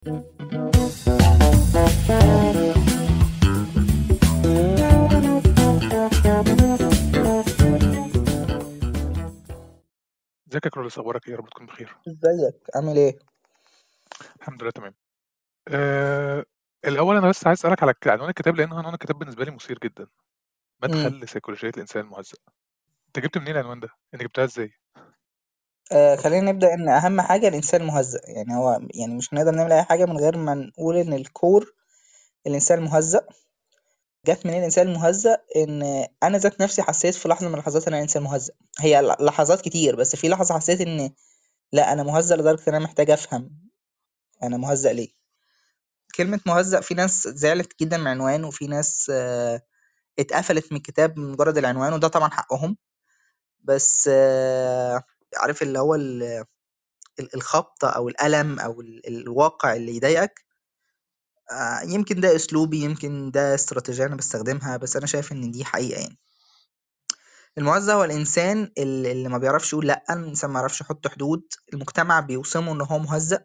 ازيك يا كرولوس، اخبارك ايه؟ يا رب تكون بخير. ازيك عامل ايه؟ الحمد لله تمام. الاول انا بس عايز اسالك على عنوان الكتاب، لان عنوان الكتاب بالنسبه لي مثير جدا. امم مدخل لسيكولوجيه الانسان المهزأ. انت جبت منين العنوان ده؟ انت جبتها ازاي؟ خلينا نبدأ ان اهم حاجة الانسان المهزأ. يعني هو يعني مش هنقدر نعمل اي حاجة من غير ما نقول ان الكور الانسان المهزأ. جت منين الانسان المهزأ؟ ان انا ذات نفسي حسيت في لحظة من اللحظات ان انا انسان مهزأ. هي لحظات كتير، بس في لحظة حسيت ان لا، انا مهزأ لدرجة ان انا محتاج افهم انا مهزأ ليه. كلمة مهزأ في ناس زعلت جدا من العنوان، وفي ناس اتقفلت من الكتاب من مجرد العنوان، وده طبعا حقهم. بس عارف اللي هو الخبطة أو الألم أو الواقع اللي يضايقك. يمكن ده أسلوبي، يمكن ده استراتيجية أنا باستخدمها، بس أنا شايف إن دي حقيقة يعني. الموزع هو الإنسان اللي ما بيعرفش يقول لأ، الإنسان ما يعرفش يحط حدود. المجتمع بيوصمه إن هو مهزأ.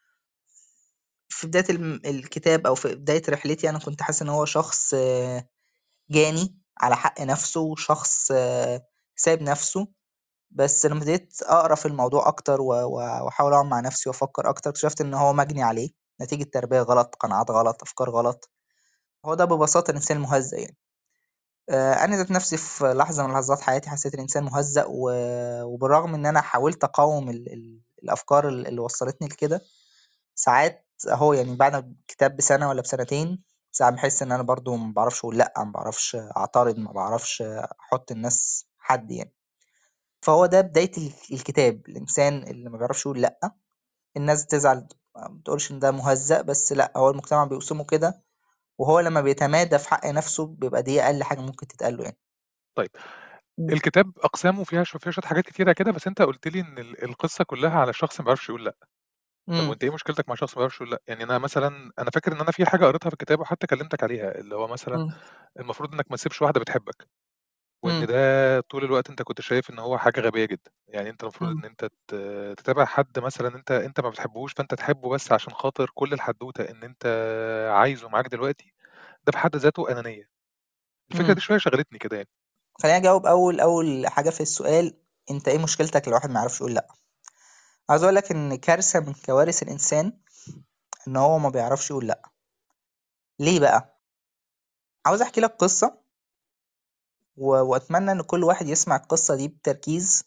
في بداية الكتاب أو في بداية رحلتي أنا كنت حاسس إن هو شخص جاني على حق نفسه، وشخص سايب نفسه. بس لما بديت أقرأ في الموضوع أكتر وأحاول أقعد مع نفسي وأفكر أكتر، اكتشفت إن هو مجني عليه نتيجة تربية غلط، قناعات غلط، أفكار غلط. هو ده ببساطة الإنسان المهزأ يعني. أنا ذات نفسي في لحظة من لحظات حياتي حسيت الإنسان مهزأ، وبالرغم إن أنا حاولت أقاوم الأفكار اللي وصلتني لكده، ساعات أهو يعني بعد الكتاب بسنة ولا بسنتين ساعات بحس إن أنا برضو ما بعرفش أقول لأ، ما بعرفش أعترض، ما بعرفش أحط الناس حد يعني. فهو ده بداية الكتاب، الإنسان اللي ما بيعرفش يقول لأ. الناس تزعل، ما بتقولش إن ده مهزأ، بس لأ، هو المجتمع بيوصمه كده، وهو لما بيتمادى في حق نفسه بيبقى دي أقل حاجة ممكن تتقال له يعني. طيب، إمم. الكتاب اقسامه فيها شويه حاجات كتيره كده، بس انت قلت لي ان القصه كلها على شخص ما بيعرفش يقول لا. طب إمم. وانت ايه مشكلتك مع شخص ما بيعرفش يقول لا؟ يعني انا مثلا انا فاكر ان انا في حاجه قريتها في الكتاب وحتى كلمتك عليها، اللي هو مثلا إمم. المفروض انك ما تسيبش واحده بتحبك، وإن إمم. ده طول الوقت أنت كنت شايف إن هو حاجة غبية جدًا. يعني أنت المفروض إمم. إن أنت تتابع حد مثلًا أنت ما بتحبوش، فأنت تحبه بس عشان خاطر كل الحدوتة إن أنت عايزه معاك دلوقتي. ده في حد ذاته أنانية. الفكرة إمم. دي شوية شغلتني كده يعني. خلّيني أجاوب أول حاجة في السؤال. أنت إيه مشكلتك لو واحد ما يعرفش يقول لأ؟ عاوز أقول لك إن كارثة من كوارث الإنسان إن هو ما بيعرفش يقول لأ. ليه بقى؟ عاوز أحكي لك قصة وأتمنى إن كل واحد يسمع القصة دي بتركيز،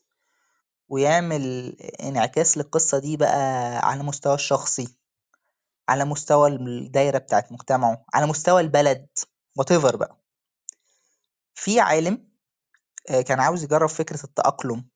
ويعمل انعكاس للقصة دي بقى على مستوى الشخصي، على مستوى الدايرة بتاعة مجتمعه، على مستوى البلد، whatever بقى. في عالم كان عاوز يجرب فكرة التأقلم،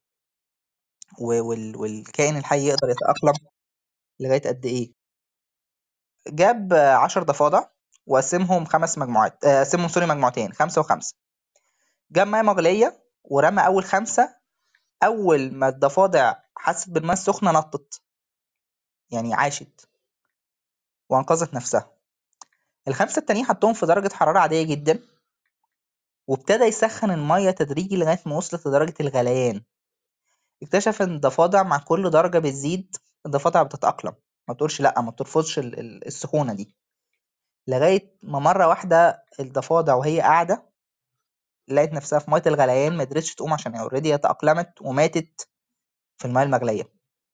والكائن الحي يقدر يتأقلم لغاية قد إيه. جاب 10 ضفادع وقسمهم 5 مجموعات، قسمهم سوري مجموعتين، 5 و5. جاب مية مغلية ورمى أول 5. أول ما الضفادع حست بالماء السخنة نطت، يعني عاشت وأنقذت نفسها. ال5 التانيين حطهم في درجة حرارة عادية جدا، وابتدى يسخن المية تدريجي لغاية ما وصلت لدرجة الغليان. اكتشف ان الضفادع مع كل درجة بتزيد الضفادع بتتأقلم، ما بتقولش لأ، ما بترفضش السخونة دي، لغاية ما مرة واحدة الضفادع وهي قاعدة لقيت نفسها في مية الغليان، ما قدرتش تقوم عشان هي اوريدي اتأقلمت وماتت في المية المغلية.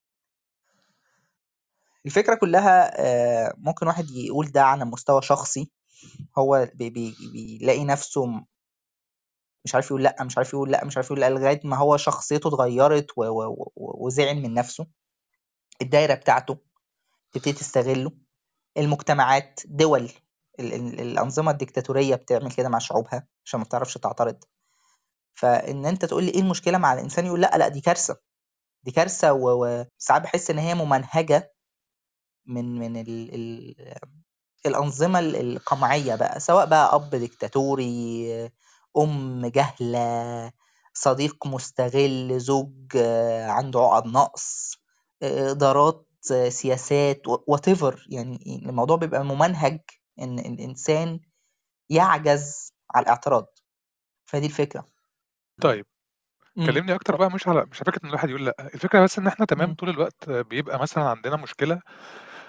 الفكرة كلها ممكن واحد يقول ده على مستوى شخصي، هو بيلاقي نفسه مش عارف يقول لأ، مش عارف يقول لأ، مش عارف يقول لأ، لغاية ما هو شخصيته اتغيرت وزعل من نفسه. الدايرة بتاعته تبتدي تستغله، المجتمعات، دول، الأنظمة الديكتاتورية بتعمل كده مع شعوبها عشان ما بتعرفش تعترض. فإن أنت تقول لي إيه المشكلة مع الإنسان يقول لأ، لأ، دي كارثة. دي كارثة، وساعات بحس إن هي ممنهجة من الأنظمة القمعية بقى، سواء بقى أب ديكتاتوري، أم جهلة، صديق مستغل، زوج عنده عقد نقص، إدارات، سياسات، whatever. يعني الموضوع بيبقى ممنهج إن الإنسان يعجز على الاعتراض. فدي الفكرة. طيب، إمم. كلمني أكتر بقى، مش على فكرة إن الواحد يقول لأ. الفكرة بس إن إحنا تمام إمم. طول الوقت بيبقى مثلًا عندنا مشكلة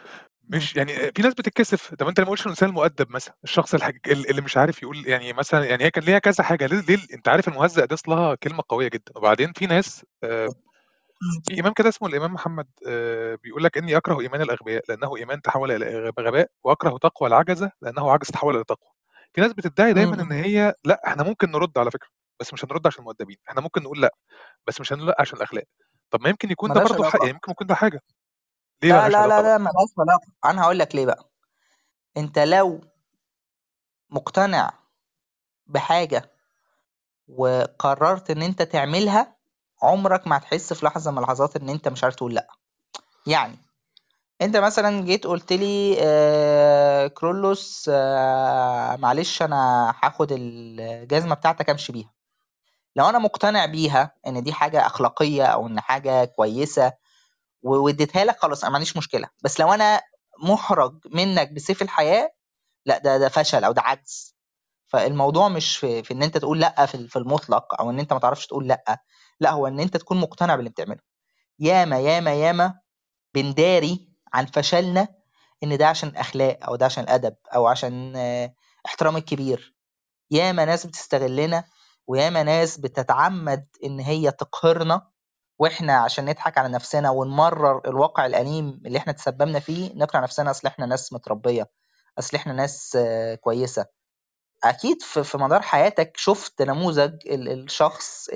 مش يعني في ناس بتتكسف. طب انت ليه ما قلتش الانسان المؤدب مثلا، الشخص اللي مش عارف يقول يعني مثلا، يعني هي كان ليها كذا حاجه. ليه انت عارف المهزأ دي اصلها كلمه قويه جدا. وبعدين في ناس في امام كده اسمه الامام محمد بيقول لك اني اكره ايمان الاغبياء لانه ايمان تحول الى غباء، واكره تقوى العجزه لانه عجز تحول الى تقوى. في ناس بتدعي دايما ان هي لا احنا ممكن نرد على فكره، بس مش هنرد عشان المؤدبين. احنا ممكن نقول لا، بس مش هنقول لا عشان الاخلاق. طب ما يمكن يكون ده ملهاش برضه حق، علاقة. يعني ممكن يكون ده حاجه. ليه لا مالهاش لا لا علاقه بقى؟ لا ملهاش علاقة. أنا هقول لك ليه بقى. أنت لو مقتنع بحاجة وقررت إن أنت تعملها، عمرك ما هتحس في لحظة من اللحظات إن أنت مش عارف تقول لأ. يعني أنت مثلا جيت قلت لي كرولوس، معلش أنا هاخد الجزمة بتاعتك أمشي بيها. لو أنا مقتنع بيها إن دي حاجة أخلاقية أو إن حاجة كويسة واديتها لك، خلاص انا ما عنديش مشكله. بس لو انا محرج منك بسيف الحياه، لا ده فشل او ده عجز. فالموضوع مش في ان انت تقول لا في المطلق، او ان انت ما تعرفش تقول لا. لا، هو ان انت تكون مقتنع باللي بتعمله. ياما ياما ياما بنداري عن فشلنا ان ده عشان اخلاق او ده عشان الادب او عشان احترام الكبير. ياما ناس بتستغلنا، وياما ناس بتتعمد ان هي تقهرنا، واحنا عشان نضحك على نفسنا ونمرر الواقع الأليم اللي احنا تسببنا فيه نقنع نفسنا اصل احنا ناس متربية، اصل احنا ناس كويسة. اكيد في مدار حياتك شفت نموذج الشخص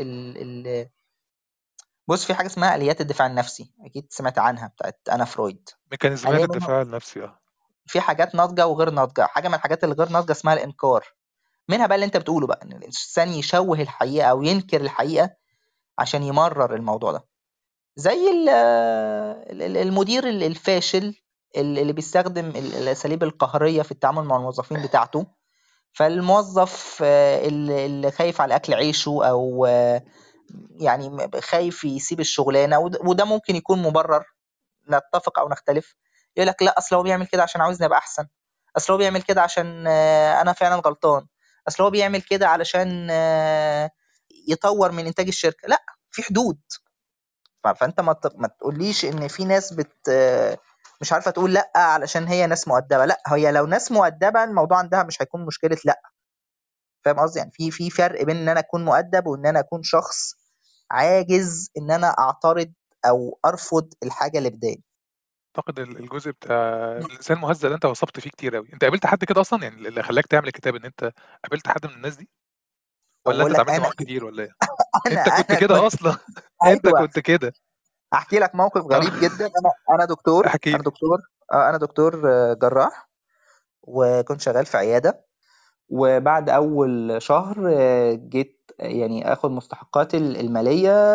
بص، في حاجة اسمها آليات الدفاع النفسي، اكيد سمعت عنها، بتاعت انا فرويد. ميكانيزمات آلية منها الدفاع النفسي في حاجات ناضجة وغير ناضجة. حاجة من الحاجات اللي غير ناضجة اسمها الإنكار. منها بقى اللي انت بتقوله بقى، ان الانسان يشوه الحقيقة او ينكر الحقيقة عشان يمرر الموضوع ده. زي المدير الفاشل اللي بيستخدم الأساليب القهرية في التعامل مع الموظفين بتاعته. فالموظف اللي خايف على أكل عيشه، أو يعني خايف يسيب الشغلانة، وده ممكن يكون مبرر، نتفق أو نختلف. يقول لك لا، أصل هو بيعمل كده عشان عاوزني أبقى أحسن، أصل هو بيعمل كده عشان أنا فعلا غلطان، أصل هو بيعمل كده علشان يطور من إنتاج الشركة. لا، في حدود. فانت ما تقوليش ان في ناس مش عارفه تقول لا علشان هي ناس مؤدبه. لا، هي لو ناس مؤدبه الموضوع عندها مش هيكون مشكله لا. فاهم قصدي؟ يعني في فرق بين ان انا اكون مؤدب وان انا اكون شخص عاجز ان انا اعترض او ارفض الحاجه اللي بتضايقني. أعتقد الجزء بتاع الإنسان المهزأ ده أنت وصفت فيه كتير أوي. أنت قابلت حد كده أصلًا؟ يعني اللي خلّاك تعمل الكتاب إن أنت قابلت حد من الناس دي؟ والّا أنت اقول لك اتعاملت انا معاهم كتير والّا إيه؟ انا أنت كنت انا كده كنت أصلًا. أنت ايوه. كنت كده. احكي لك موقف آه. غريب جدا. انا دكتور احكِ انا لي. دكتور انا دكتور جراح، وكنت شغال في عياده. وبعد أول شهر جيت يعني آخد مستحقاتي المالية،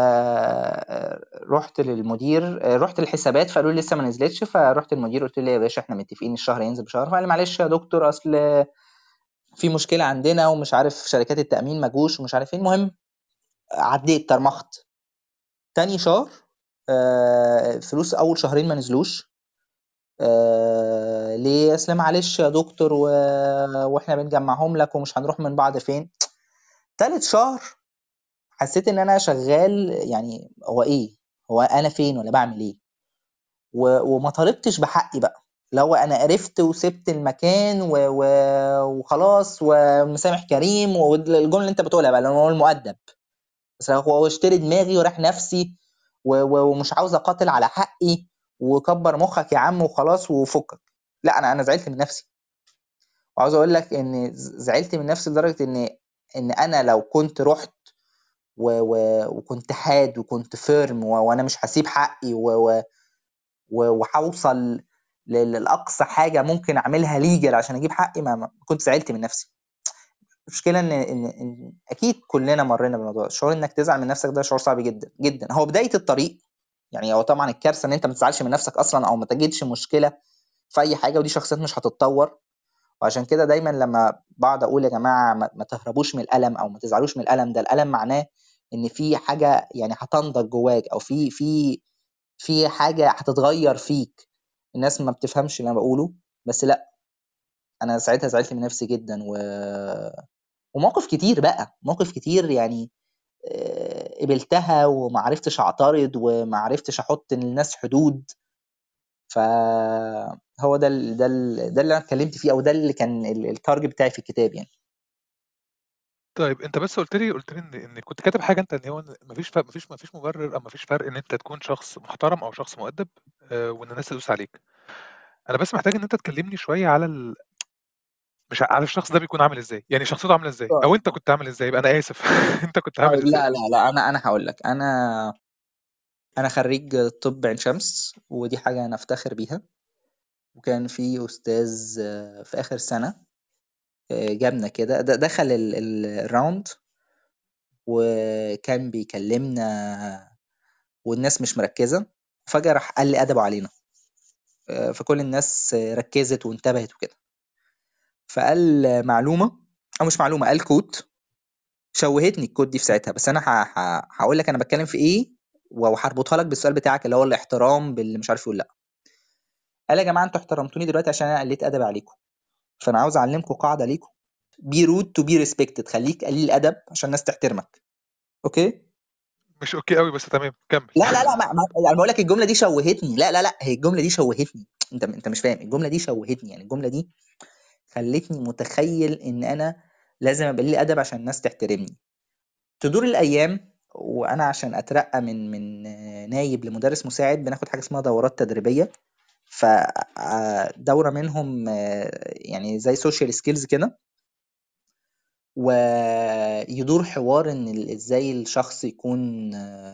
فرحت للمدير، رحت للحسابات فقالوا لي لسه ما نزلتش. فرحت للمدير قلت له يا باشا احنا متفقين الشهر ينزل بشهر. فقال لي معلش يا دكتور، أصل في مشكلة عندنا ومش عارف شركات التأمين ما جوش ومش عارف ايه. المهم عديت ترمخت. تاني شهر فلوس أول شهرين ما نزلوش. ليه؟ أصل معلش يا دكتور واحنا بنجمعهم لك ومش هنروح من بعض فين. تالت شهر حسيت ان انا شغال، يعني هو ايه، هو انا فين ولا بعمل ايه. وما طالبتش بحقي بقى. لو انا عرفت وسبت المكان وخلاص ومسامح كريم والجمله اللي انت بتقولها بقى، لان هو المؤدب. بس هو اشتري دماغي وراح نفسي ومش عاوز اقاتل على حقي، وكبر مخك يا عم وخلاص وفكك. لا، انا زعلت من نفسي. وعاوز اقول لك ان زعلت من نفسي لدرجه ان انا لو كنت رحت وكنت حاد وكنت فيرم وانا مش هسيب حقي وهوصل لاقصى حاجه ممكن اعملها ليجل عشان اجيب حقي، ما كنت زعلت من نفسي. المشكله إن اكيد كلنا مرينا بالموضوع. الشعور انك تزعل من نفسك ده شعور صعب جدا جدا. هو بدايه الطريق. يعني هو طبعا الكارثه ان انت ما تزعلش من نفسك اصلا او ما تجدش مشكله في اي حاجه، ودي شخصيات مش هتتطور. وعشان كده دايما لما بقعد اقول يا جماعه ما تهربوش من الالم او ما تزعلوش من الالم، ده الالم معناه ان في حاجه يعني هتنضج جواك، او في حاجه هتتغير فيك. الناس ما بتفهمش اللي انا بقوله. بس لا، انا ساعتها زعلت من نفسي جدا ومواقف كتير بقى، مواقف كتير يعني قبلتها وما عرفتش اعترض وما عرفتش احط للناس حدود. فهو ده اللي انا اتكلمت فيه، او ده اللي كان التارجت بتاعي في الكتاب يعني. طيب انت بس قلت لي ان كنت كاتب حاجه انت، ان هو مفيش مبرر او مفيش فرق ان انت تكون شخص محترم او شخص مؤدب، وان الناس تدوس عليك. انا بس محتاج ان انت تكلمني شويه على مش على الشخص ده بيكون عامل ازاي، يعني شخصيته عامله ازاي، او انت كنت عامل ازاي بقى، انا اسف. انت كنت عامل طيب ازاي؟ لا انا هقول لك. انا خريج طب عين شمس، ودي حاجه انا افتخر بيها. وكان في استاذ في اخر سنه جابنا كده، دخل الراوند وكان بيكلمنا والناس مش مركزه، وفجاه راح قال لي ادبوا علينا. فكل الناس ركزت وانتبهت وكده. فقال معلومه، او مش معلومه، قال كوت شوهتني الكود دي في ساعتها. بس انا هقول لك انا بتكلم في ايه، وهربطها لك بالسؤال بتاعك اللي هو الاحترام باللي مش عارف يقول لا. قال يا جماعه انتوا احترمتوني دلوقتي عشان انا قليت ادب عليكم، فانا عاوز اعلمكم قاعده ليكم: بي رود تو بي ريسبكتد. خليك قليل ادب عشان الناس تحترمك. اوكي. مش اوكي قوي، بس تمام كمل. لا يعني بقول لك الجمله دي شوهتني. لا هي الجمله دي شوهتني. انت مش فاهم. الجمله دي شوهتني، يعني الجمله دي خلتني متخيل ان انا لازم ابقى قليل ادب عشان الناس تحترمني. تدور الايام وانا عشان اترقى من نايب لمدرس مساعد بناخد حاجه اسمها دورات تدريبيه. فدوره منهم يعني زي سوشيال سكيلز كده، ويدور حوار ان ازاي الشخص يكون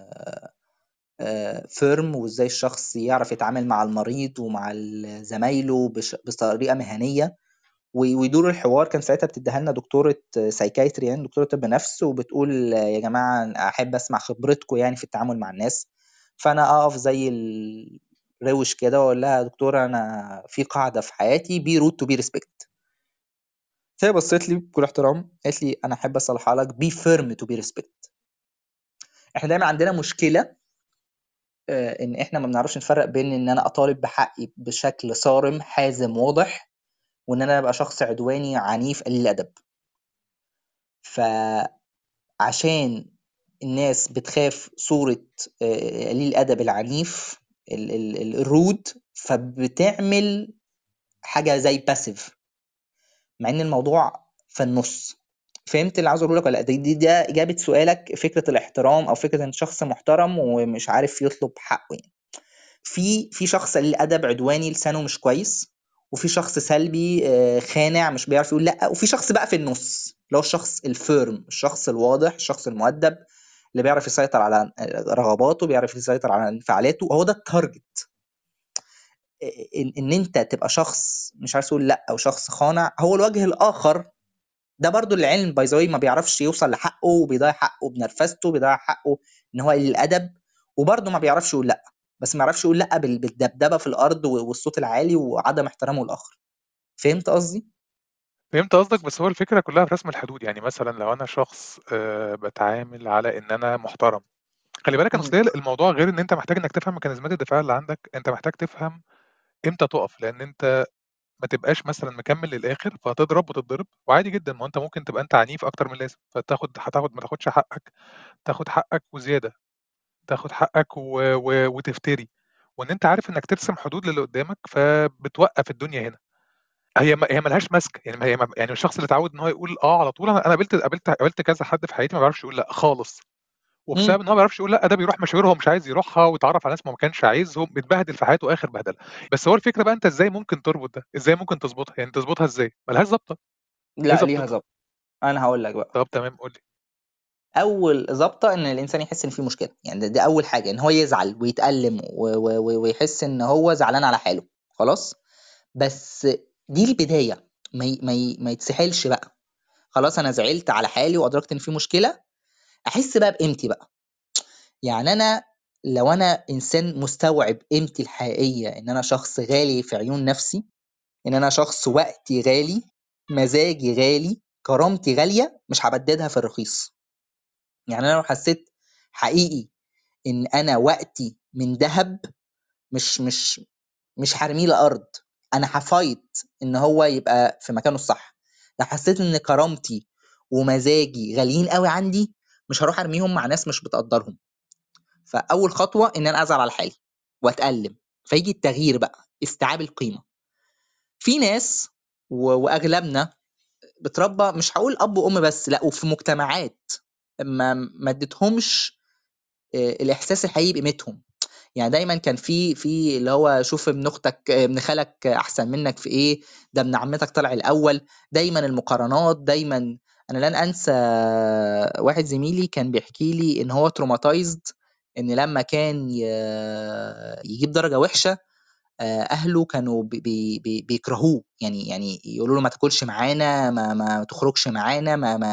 فيرم، وازاي الشخص يعرف يتعامل مع المريض ومع زمايله بطريقه مهنيه. ويدور الحوار. كان ساعتها بتديها لنا دكتوره سايكايتري، يعني دكتوره طب نفس، وبتقول يا جماعه احب اسمع خبرتكم يعني في التعامل مع الناس. فانا اقف زي الروش كده واقول لها يا دكتوره انا في قاعده في حياتي: بي رود تو بي ريسبكت. فهي بصيت لي بكل احترام قالت لي انا احب اصلحها لك: بي فيرم تو بي ريسبكت. احنا دايما عندنا مشكله ان احنا ما بنعرفش نفرق بين ان انا اطالب بحقي بشكل صارم حازم واضح، وان انا ابقى شخص عدواني عنيف قليل الادب. فعشان الناس بتخاف صورة قليل الأدب العنيف الرود، فبتعمل حاجة زي باسيف، مع إن الموضوع في النص. فهمت اللي عاوز أقوله لك ولا لأ؟ ده إجابة سؤالك، فكرة الاحترام أو فكرة إن شخص محترم ومش عارف يطلب حقه يعني. في شخص قليل ادب عدواني لسانه مش كويس، وفي شخص سلبي خانع مش بيعرف يقول لا، وفي شخص بقى في النص اللي هو الشخص الفيرم، الشخص الواضح، الشخص المؤدب اللي بيعرف يسيطر على رغباته، بيعرف يسيطر على انفعالاته. وهو ده التارجت. ان انت تبقى شخص مش عارف يقول لا او شخص خانع هو الوجه الاخر. ده برضو العلم باي ذا ما بيعرفش يوصل لحقه، وبيضيع حقه بنرفزته، بيضيع حقه ان هو قليل الادب، وبرضه ما بيعرفش يقول لا. بس ما يعرفش يقول لا بالدبدبه في الارض والصوت العالي وعدم احترامه للاخر. فهمت قصدي؟ فهمت قصدك، بس هو الفكره كلها في رسم الحدود. يعني مثلا لو انا شخص بتعامل على ان انا محترم، خلي بالك انا مم. اصل هي الموضوع غير ان انت محتاج انك تفهم ميكانيزمات الدفاع اللي عندك، انت محتاج تفهم امتى تقف، لان انت ما تبقاش مثلا مكمل للاخر فهتضرب وتتضرب. وعادي جدا، ما انت ممكن تبقى انت عنيف اكتر من اللازم هتاخد ما تاخدش حقك، تاخد حقك وزياده، تاخد حقك وتفتري. وان انت عارف انك ترسم حدود للي قدامك فبتوقف الدنيا هنا. هي ما لهاش ماسكه، يعني يعني الشخص اللي اتعود ان هو يقول على طول. انا قابلت كذا حد في حياتي ما بيعرفش يقول لا خالص، مم. وبسبب ان هو ما بيعرفش يقول لا ده بيروح مشاوير هو مش عايز يروحها، ويتعرف على ناس ما كانش عايزهم، بيتبهدل في حياته اخر بهدله. بس هو الفكره بقى انت ازاي ممكن تربط ده، ازاي ممكن تظبطها، يعني تظبطها ازاي، ملهاش ظابطه. ايه لا ليها ظبطتها؟ ظبط. انا هقول لك بقى. طب تمام قول لي. اول ظبطه ان الانسان يحس ان في مشكله، يعني ده اول حاجه، ان هو يزعل ويتالم ويحس ان هو زعلان على حاله. خلاص. بس دي البدايه. ما يتسحلش بقى. خلاص انا زعلت على حالي وادركت ان في مشكله، احس بقى بقيمتي بقى. يعني انا لو انا انسان مستوعب قيمتي الحقيقيه، ان انا شخص غالي في عيون نفسي، ان انا شخص وقتي غالي، مزاجي غالي، كرامتي غاليه، مش هبددها في الرخيص. يعني انا لو حسيت حقيقي ان انا وقتي من ذهب، مش مش هرميه الارض، انا هفايت ان هو يبقى في مكانه الصح. لو حسيت ان كرامتي ومزاجي غاليين قوي عندي، مش هروح ارميهم مع ناس مش بتقدرهم. فاول خطوه ان انا ازعل على حالي واتالم، فيجي التغيير بقى. استيعاب القيمه. في ناس واغلبنا بتربى، مش هقول اب وام بس، لا، وفي مجتمعات ما اديتهمش الاحساس الحقيقي بقيمتهم. يعني دايما كان في اللي هو شوف ابن اختك ابن خالك احسن منك في ايه، ده ابن عمتك طلع الاول، دايما المقارنات دايما. انا لن انسى واحد زميلي كان بيحكي لي ان هو تروماتايزد، ان لما كان يجيب درجة وحشة اهله كانوا بيكرهوه، يعني يقولوا له ما تاكلش معانا، ما تخرجش معانا،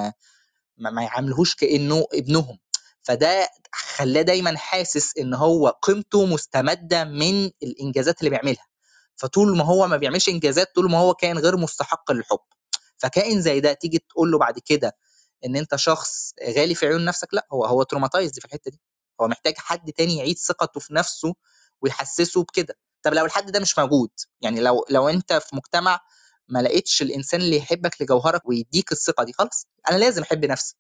ما يعاملهوش كانه ابنهم. فده خلاه دايما حاسس ان هو قيمته مستمده من الانجازات اللي بيعملها، فطول ما هو ما بيعملش انجازات طول ما هو كان غير مستحق للحب. فكائن زي ده تيجي تقول له بعد كده ان انت شخص غالي في عيون نفسك، لا، هو تروماتايزد في الحته دي، هو محتاج حد تاني يعيد ثقته في نفسه ويحسسه بكده. طب لو الحد ده مش موجود، يعني لو انت في مجتمع ما لقيتش الانسان اللي يحبك لجوهرك ويديك الثقه دي، خلاص انا لازم احب نفسي.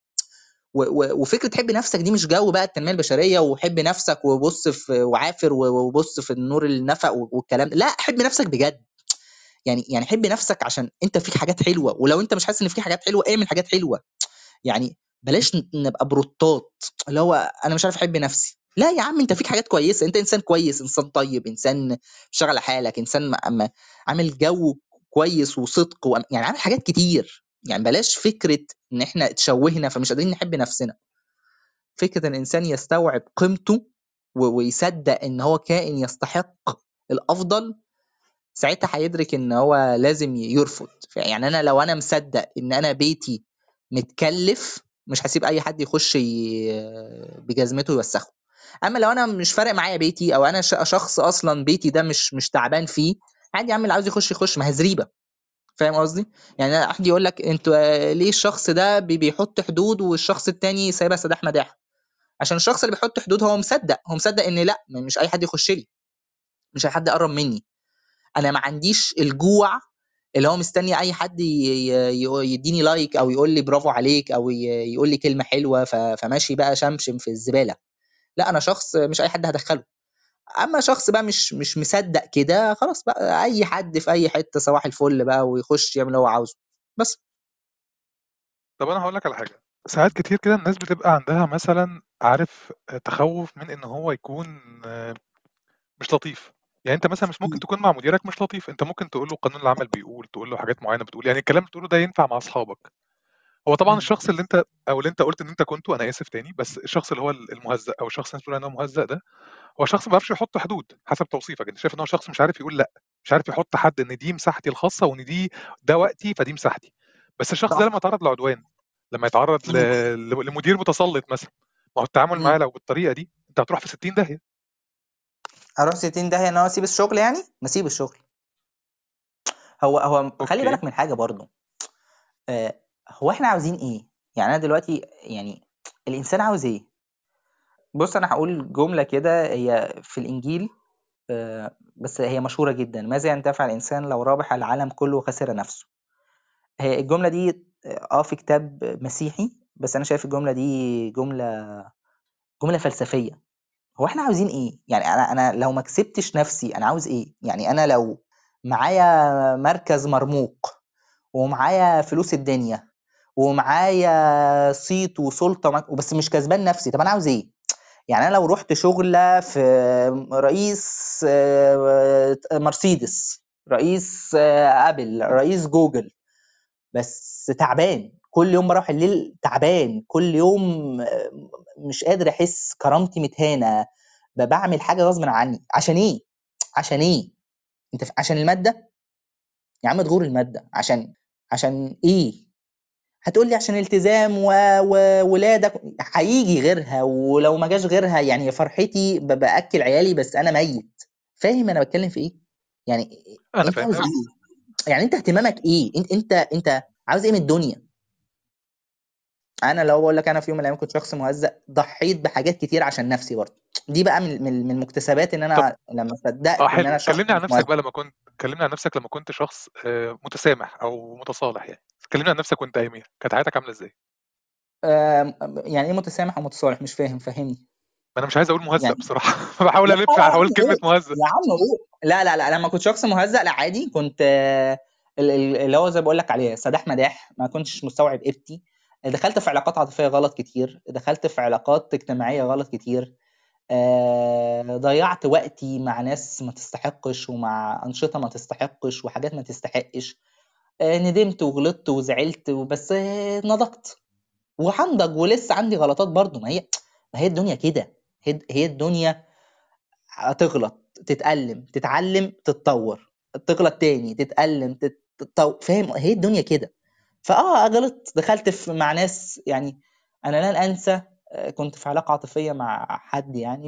وفكره حب نفسك دي مش جو بقى التنميه البشريه وحب نفسك وبص في وعافر وبص في النور النفق والكلام، لا، حب نفسك بجد. يعني حب نفسك عشان انت فيك حاجات حلوه، ولو انت مش حاسس ان فيك حاجات حلوه اعمل حاجات حلوه. يعني بلاش نبقى بروتات اللي هو انا مش عارف احب نفسي. لا يا عم، انت فيك حاجات كويسه، انت انسان كويس، انسان طيب، انسان شغال على حالك، انسان عامل جو كويس وصدق يعني عامل حاجات كتير. يعني بلاش فكره ان احنا اتشوهنا فمش قادرين نحب نفسنا. فكره ان الانسان يستوعب قيمته ويصدق ان هو كائن يستحق الافضل، ساعتها هيدرك ان هو لازم يرفض. يعني انا لو انا مصدق ان انا بيتي متكلف، مش هسيب اي حد يخش بجزمته يوسخه. اما لو انا مش فارق معايا بيتي، او انا شخص اصلا بيتي ده مش تعبان فيه، عادي يا عم، اللي عاوز يخش ما هي زريبه. فاهم قصدي؟ يعني انا احد يقول لك انتوا ليه الشخص ده بيحط حدود والشخص التاني سايبها سداح مداح؟ عشان الشخص اللي بيحط حدود هو مصدق ان لا، مش اي حد يخش لي، مش اي حد يقرب مني. انا ما عنديش الجوع اللي هو مستني اي حد يديني لايك او يقول لي برافو عليك او يقول لي كلمه حلوه فماشي بقى شمشم في الزباله. لا، انا شخص مش اي حد هدخله. اما شخص بقى مش مصدق كده، خلاص بقى اي حد في اي حته صباح الفل بقى ويخش يعمل اللي هو عاوزه بس. طب انا هقول لك على حاجه. ساعات كتير كده الناس بتبقى عندها مثلا عارف تخوف من ان هو يكون مش لطيف. يعني انت مثلا مش ممكن تكون مع مديرك مش لطيف، انت ممكن تقول له قانون العمل بيقول، تقول له حاجات معينه بتقول، يعني الكلام اللي بتقوله ده ينفع مع اصحابك. هو طبعا مم. الشخص اللي انت او اللي انت قلت ان انت كنته، انا اسف تاني، بس الشخص اللي هو المهزأ او الشخص اللي انت بتقول ان هو مهزأ ده، هو شخص ما بيعرفش يحط حدود حسب توصيفك. انت شايف ان هو شخص مش عارف يقول لا، مش عارف يحط حد ان دي مساحتي الخاصه وان ده وقتي فدي مساحتي. بس الشخص ده صح. لما يتعرض لعدوان، لما يتعرض مم. لمدير متسلط مثلا، ما هو التعامل مم. معاه لو بالطريقه دي انت هتروح في 60 داهيه. اروح 60 داهيه ان هو اسيب الشغل؟ يعني ما اسيب الشغل. هو خلي اوكي. بالك من حاجه برضو. هو احنا عاوزين ايه؟ يعني انا دلوقتي، يعني الانسان عاوز ايه؟ بص، انا هقول جمله كده هي في الانجيل، بس هي مشهوره جدا: ماذا ينتفع الانسان لو ربح العالم كله وخسر نفسه؟ هي الجمله دي في كتاب مسيحي، بس انا شايف الجمله دي جمله فلسفيه. هو احنا عاوزين ايه؟ يعني انا لو ما كسبتش نفسي انا عاوز ايه؟ يعني انا لو معايا مركز مرموق ومعايا فلوس الدنيا ومعايا صيت وسلطه وبس مش كسبان نفسي، طب انا عاوز ايه؟ يعني انا لو رحت شغله في رئيس مرسيدس، رئيس ابل، رئيس جوجل، بس تعبان كل يوم، بروح الليل تعبان كل يوم، مش قادر احس كرامتي متهانه، بعمل حاجه غصب عني، عشان ايه؟ عشان ايه؟ عشان الماده؟ يا عم تغور الماده. عشان ايه؟ هتقول لي عشان التزام وولادك. هيجي غيرها، ولو ما جاش غيرها يعني فرحتي باكل عيالي بس انا ميت. فاهم انا بتكلم في ايه؟ يعني انا انت فاهم عاوز قوي. ايه؟ يعني انت اهتمامك ايه؟ انت عاوز ايه من الدنيا؟ انا لو بقول لك انا في يوم من الايام كنت شخص مهزأ، ضحيت بحاجات كتير عشان نفسي برضه. دي بقى من مكتسبات ان طب انا لما صدقت ان انا حلو، شخص كلمني عن مش نفسك مهزأ. بقى. كلمني عن نفسك لما كنت شخص متسامح او متصالح. يعني كلمني عن نفسك وانت اياميها كانت حياتك عامله ازاي؟ يعني ايه متسامح ومتصالح؟ مش فاهم، فهمني. ما انا مش عايز اقول مهزأ يعني بصراحه فبحاول لا الف حوالين كلمه مهزأ. يا عم قول. لا لما كنت شخص مهزأ لا عادي، كنت اللي هو زي بقول لك عليه سداح مداح، ما كنتش مستوعب قيمتي. دخلت في علاقات عاطفيه غلط كتير، دخلت في علاقات اجتماعيه غلط كتير، ضيعت وقتي مع ناس ما تستحقش ومع أنشطة ما تستحقش وحاجات ما تستحقش. ندمت وغلطت وزعلت بس نضجت وهنضج ولسه عندي غلطات برضو. ما هي الدنيا كده. هي الدنيا هتغلط، تتألم، تتعلم، تتطور، تغلط تاني، تتألم، تتطور. فاهم؟ هي الدنيا كده. غلطت، دخلت مع ناس يعني. انا لن انسى كنت في علاقة عاطفية مع حد يعني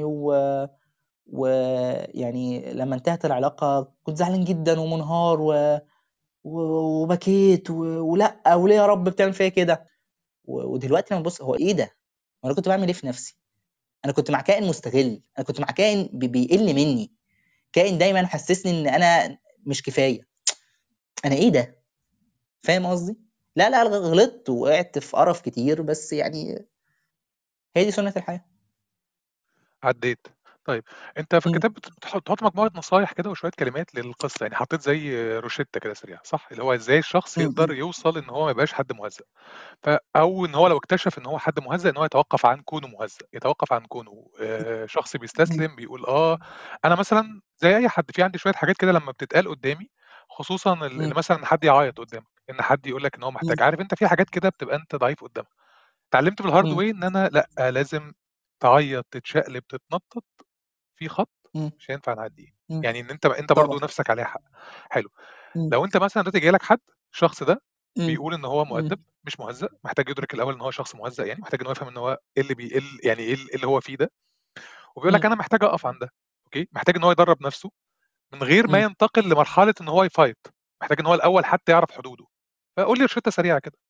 ويعني لما انتهت العلاقة كنت زعلان جدا ومنهار و... وبكيت ولا وليه يا رب بتعمل فيا كده. ودلوقتي لما ببص هو ايه ده؟ انا كنت بعمل ايه في نفسي؟ انا كنت مع كائن مستغل، انا كنت مع كائن بيقل مني، كائن دايما حسسني ان انا مش كفايه. انا ايه ده؟ فاهم قصدي؟ لا غلطت وقعت في قرف كتير، بس يعني هي دي سنه الحياه. عديت. طيب انت في مم. الكتاب بتحط مجموعه نصايح كده وشويه كلمات للقصه، يعني حطيت زي روشته كده سريعه صح، اللي هو ازاي الشخص يقدر مم. يوصل ان هو ما يبقاش حد مهزأ. او ان هو لو اكتشف ان هو حد مهزأ ان هو يتوقف عن كونه مهزأ، يتوقف عن كونه شخص مم. بيستسلم بيقول انا مثلا زي اي حد في عندي شويه حاجات كده لما بتتقال قدامي، خصوصا اللي مم. مثلا حد يعيط قدامك، ان حد يقول لك ان هو مم. محتاج، عارف انت في حاجات كده بتبقى انت ضعيف قدامها. اتعلمت بالهارد مم. واي ان انا لا، لازم تعيط تتشقلب تتنطط في خط مم. مش هينفع نعديه. مم. يعني ان انت طبعا. برضو نفسك عليها حق. حلو. مم. لو انت مثلا دلوقتي جاي لك حد، الشخص ده مم. بيقول ان هو مم. مؤدب مش مهزأ، محتاج يدرك الاول ان هو شخص مهزأ، يعني محتاج ان هو يفهم ان هو ايه اللي بيقل، يعني ايه اللي هو فيه ده، وبيقول لك مم. انا محتاج اقف عند ده. اوكي، محتاج ان هو يدرب نفسه من غير ما مم. ينتقل لمرحله ان هو يفايت، محتاج ان هو الاول حتى يعرف حدوده. فقول لي روشته سريعه كده.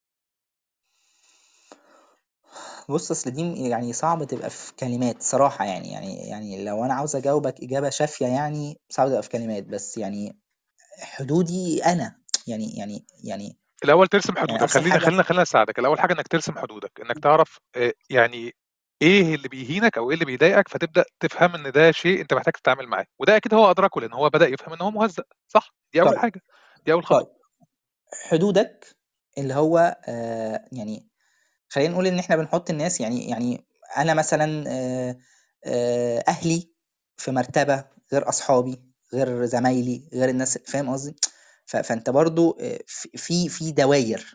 بص اصل دي يعني صعب تبقى في كلمات صراحه، يعني لو انا عاوز اجاوبك اجابه شافيه يعني صعب تبقى في كلمات، بس يعني حدودي انا يعني الاول ترسم يعني حدودك، ابسط خلينا حاجه. خلينا خلينا اساعدك. الاول حاجه انك ترسم حدودك، انك تعرف يعني ايه اللي بيهينك او ايه اللي بيضايقك، فتبدا تفهم ان ده شيء انت محتاج تتعامل معاه، وده اكيد هو ادركه لان هو بدا يفهم ان هو مهزأ. صح، دي اول طيب حاجه، دي اول طيب خطوه. حدودك اللي هو يعني خلينا نقول ان احنا بنحط الناس يعني انا مثلا اهلي في مرتبة غير اصحابي غير زمايلي غير الناس. فاهم قصدي؟ فانت برضو في دواير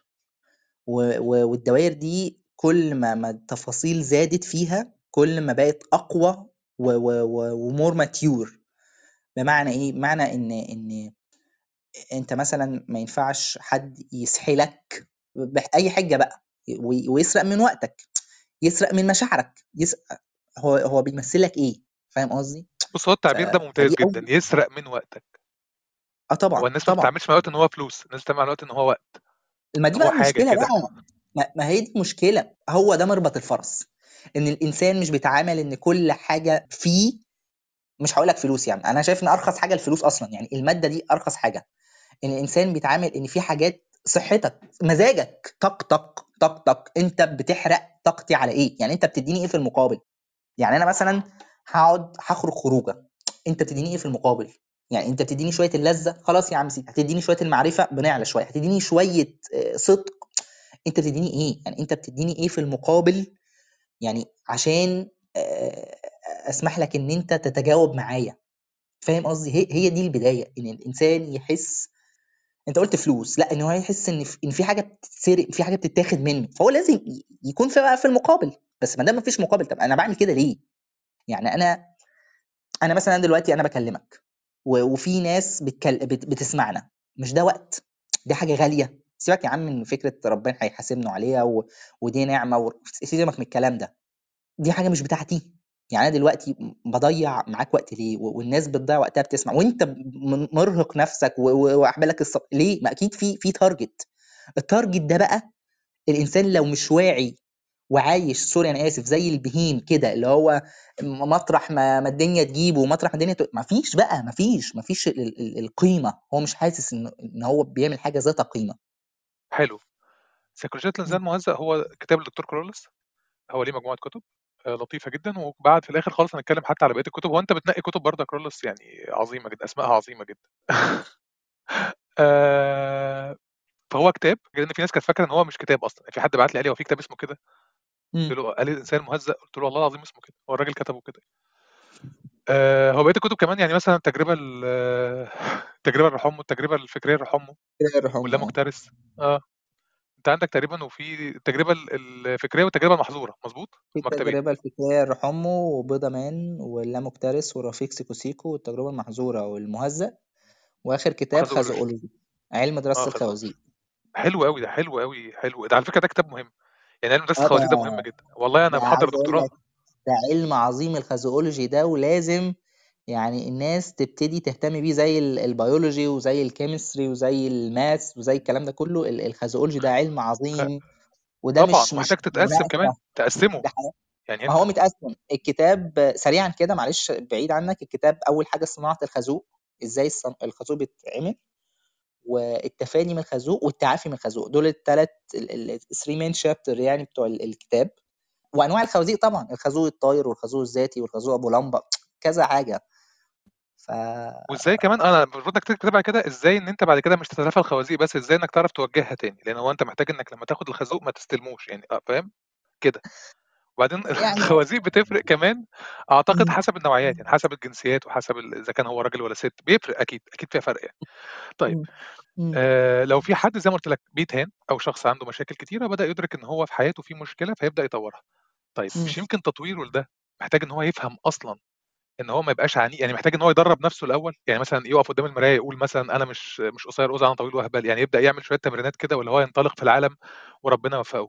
والدواير دي كل ما التفاصيل زادت فيها كل ما بقت اقوى ومور ماتيور. بمعنى ايه؟ بمعنى ان انت مثلا ما ينفعش حد يسحلك بأي حاجة بقى ويسرق من وقتك، يسرق من مشاعرك، يسرق. هو بيمثلك ايه؟ فاهم قصدي؟ بص، هو التعبير ده فدي ممتاز جدا، اول. يسرق من وقتك. اه هو طبعا الناس ما طبعا. بتتعاملش مع الوقت ان هو فلوس، الناس بتتعامل مع الوقت ان هو وقت، ما ان دي هو بقى حاجه المشكله كده. بقى. ما هي دي مشكله، هو ده مربط الفرس. ان الانسان مش بيتعامل ان كل حاجه فيه. مش هقول لك فلوس، يعني انا شايف ان ارخص حاجه الفلوس اصلا، يعني الماده دي ارخص حاجه. ان الانسان بيتعامل ان في حاجات صحتك، مزاجك، طاقتك انت بتحرق طاقتي على ايه؟ يعني انت بتديني ايه في المقابل؟ يعني انا مثلا هخرج خروجه، انت بتديني ايه في المقابل؟ يعني انت بتديني شويه اللذه، خلاص يا عم سيدي، هتديني شويه المعرفه بنعلى شويه، هتديني شويه صدق، انت بتديني ايه؟ يعني انت بتديني ايه في المقابل؟ يعني عشان اسمح لك ان انت تتجاوب معايا. فاهم قصدي؟ هي دي البدايه، ان الانسان يحس. انت قلت فلوس، لا، ان هو يحس ان في حاجه بتتسرق، في حاجه بتتاخد منه، فهو لازم يكون في بقى في المقابل. بس ما دام مفيش مقابل، طب انا بعمل كده ليه؟ يعني انا مثلا دلوقتي انا بكلمك وفي ناس بتسمعنا. مش ده وقت؟ دي حاجه غاليه. سيبك يا عم من فكره ربنا هيحاسبنا عليها ودي نعمه سيبك من الكلام ده. دي حاجه مش بتاعتي. يعني انا دلوقتي بضيع معاك وقت ليه؟ والناس بتضيع وقتها بتسمع، وانت مرهق نفسك واحبالك ليه؟ ما اكيد في تارجت. التارجت ده بقى الانسان لو مش واعي وعايش، سوري انا اسف، زي البهيم كده، اللي هو مطرح ما الدنيا تجيبه ومطرح ما الدنيا ما فيش بقى، ما فيش القيمه. هو مش حاسس ان هو بيعمل حاجه ذات قيمه. حلو. سيكولوجيه الانسان م- المهزأ هو كتاب الدكتور كارولس، هو ليه مجموعه كتب. لطيفة جدًا، وبعد في الآخر خالص هنتكلم حتى على بقية الكتب. هو أنت بتنقي كتب برضه يا كارلوس يعني عظيمة جدًا، أسمائها عظيمة جدًا. آآ فهو كتاب، لإن في ناس كانت فاكرة إن هو مش كتاب أصلًا، في حد بعت لي قال لي: "هو في كتاب اسمه كده؟" إمم. قُلت له قال لي: "الإنسان المهزأ." قُلت له: "والله العظيم اسمه كده، هو الراجل كتبه كده." هو بقية الكتب كمان يعني مثلًا التجربة الرحمّو، التجربة الفكرية الرحمّو، الله يرحمه واللامكترث. آه، أنت عندك تقريبًا وفي التجربة الفكرية والتجربة المحظورة، مضبوط؟ في في مكتبين. التجربة الفكرية الرحمو وبيضة مان واللامكترث والرفيق سيكو سيكو والتجربة المحظورة والمهزأ، وآخر كتاب وخازوقولوجي. خازوقولوجي، علم دراسة خازوقولوجي. الخوازيق. حلو أوي ده، حلو أوي، حلو. ده على فكرة ده كتاب مهم، يعني علم دراسة اه، الخوازيق ده مهم جدًا. والله أنا ده باحضّر عايز اقول دكتوراه. لك، ده علم عظيم الخازوقولوجي ده، ولازم يعني الناس تبتدي تهتم بيه زي البيولوجي وزي الكيمستري وزي الماث وزي الكلام ده كله. الخازوقولوجي ده علم خ عظيم، وده طبعًا، مش ومحتاج تتقسّم كمان، مناقشة. تقسّمه. ده حقيقة. يعني ما أنت هو متقسم الكتاب سريعا كده، معلش بعيد عنك. الكتاب اول حاجة صناعة الخازوق، ازاي الخازوق بيتعمل، والتفادي من الخازوق والتعافي من الخازوق. دول الثلاث الثري مين شابتر يعني بتوع الكتاب. وانواع الخوازيق طبعا، الخازوق الطاير والخازوق الذاتي والخازوق ابو لمبه، كذا حاجه. ف وإزاي كمان المفروض إنك تكتب بعد كده إزاي إن أنت بعد كده مش تتلافى الخوازيق بس، إزاي إنك تعرف توجّهها تاني، لإن هو أنت محتاج إنك لمّا تاخد الخازوق ما تستلموش يعني فاهم؟ كده. وبعدين يعني الخوازيق بتفرق كمان أعتقد م- حسب النوعيات، يعني حسب الجنسيات وحسب إذا كان هو راجل والّا ست، بيفرق أكيد، أكيد فيها فرق يعني. طيب م- م- لو في حد زي ما قُلت لك بيتهان أو شخص عنده مشاكل كتيرة بدأ يدرك إن هو في حياته في مشكلة فيبدأ يطوّرها. طيب م- مش يمكن تطويره لده محتاج إن هو يفهم أصلًا إن هو ما يبقاش يعني محتاج إن هو يدرّب نَفْسه الأول، يعني مثلًا يقف قدّام المراية يقول مثلًا أنا مش قصير قُزع أنا طويل وأهبل، يعني يبدأ يعمل شوية تمرينات كده واللي هو ينطلق في العالم وربنا يوفقه.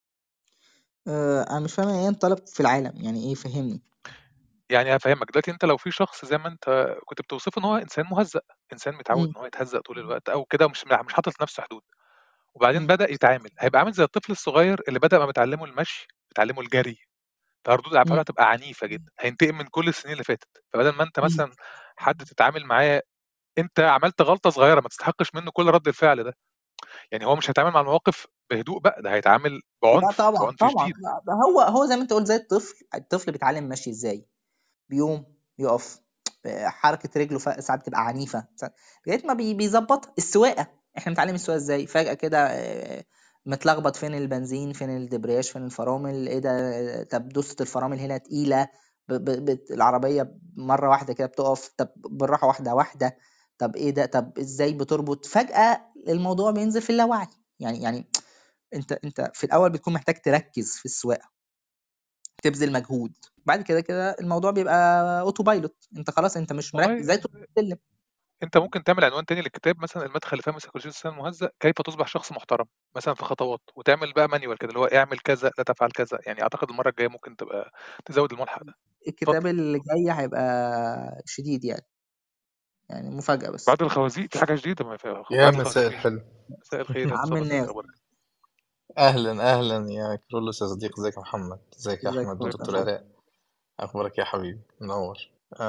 انا مش فاهم يعني ايه انطلق في العالم، يعني ايه؟ فهمني. يعني هافهمك، دلوقتي أنت لو في شخص زي ما أنت كنت بتوصفه إن هو إنسان مُهزأ، إنسان متعوّد م- إن هو يتهزأ طول الوقت أو كده مش حاطط لنَفْسه حدود، وبعدين م- بدأ يتعامل، هيبقى عامل زي الطفل الصغير اللي بدأ ما بتعلّمه المشي، بتعلّمه الجري، فردود أفعاله م- هتبقى عنيفة جدًا، هينتقم من كل السنين اللي فاتت، فبدل ما أنت م. مثلًا حد تتعامل معاه أنت عملت غلطة صغيرة ما تستحقش منّه كل رَد الفعل ده، يعني هو مش هيتعامل مع المواقف بهدوء بقى، ده هيتعامل لا بعنف، طبعا بعنف طبعا، شديد. لا، ده هو زي ما انت قلت، زي الطفل بيتعلم ماشي ازاي، بيقوم، يقف، حركة رجله ساعات بتبقى عنيفة، لغاية ما بيظبطها. السواقة، احنا بنتعلم السواقة ازاي؟ فجأة كده متلخبط، فين البنزين، فين الدبرياج، فين الفرامل، ايه ده؟ طب دوسة الفرامل هنا تقيلة، العربية مرة واحدة كده بتقف، طب بالراحة، واحدة واحدة، طب ايه ده؟ طب ازاي بتربط؟ فجأة الموضوع بينزل في اللاوعي. يعني انت في الاول بتكون محتاج تركز في السواقة، تبذل مجهود. بعد كده الموضوع بيبقى اوتو بايلوت، انت خلاص انت مش مركز والله زي طول السلم. أنت ممكن تعمل عنوان تاني للكتاب مثلًا المدخل لفهم سيكولوجية الإنسان المهزأ، كيف تصبح شخص محترم، مثلًا في خطوات، وتعمل بقى manual كده اللي هو اعمل كذا، لا تفعل كذا، يعني أعتقد المرّة الجاية ممكن تبقى تزوّد الملحق ده. اتفضل. الكتاب اللي جاي هيبقى شديد يعني مفاجأة بس. بعد الخوازيق في حاجة جديدة يا بعد مساء الخوازيق في الفل. مساء الخير، يا عم مصطفى إزيك الناس، أخبارك؟ اهلا اهلا يا كرولوس يا صديق، ازيك يا محمد، ازيك يا ازيك احمد زي ودكتور الفل. يا علاء، اخبارك يا حبيبي؟ منور.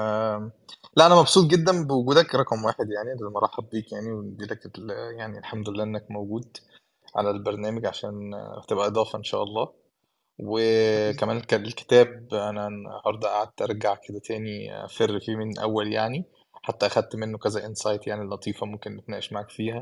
لا انا مبسوط جدا بوجودك رقم واحد، يعني لازم ارحب بيك يعني وندي لك يعني الحمد لله انك موجود على البرنامج عشان تبقى اضافه ان شاء الله. حبيبي. وكمان كان الكتاب انا النهارده قعدت ارجع كده تاني افر فيه من اول يعني، حتى اخدت منه كذا انسايت يعني لطيفه ممكن نتناقش معاك فيها.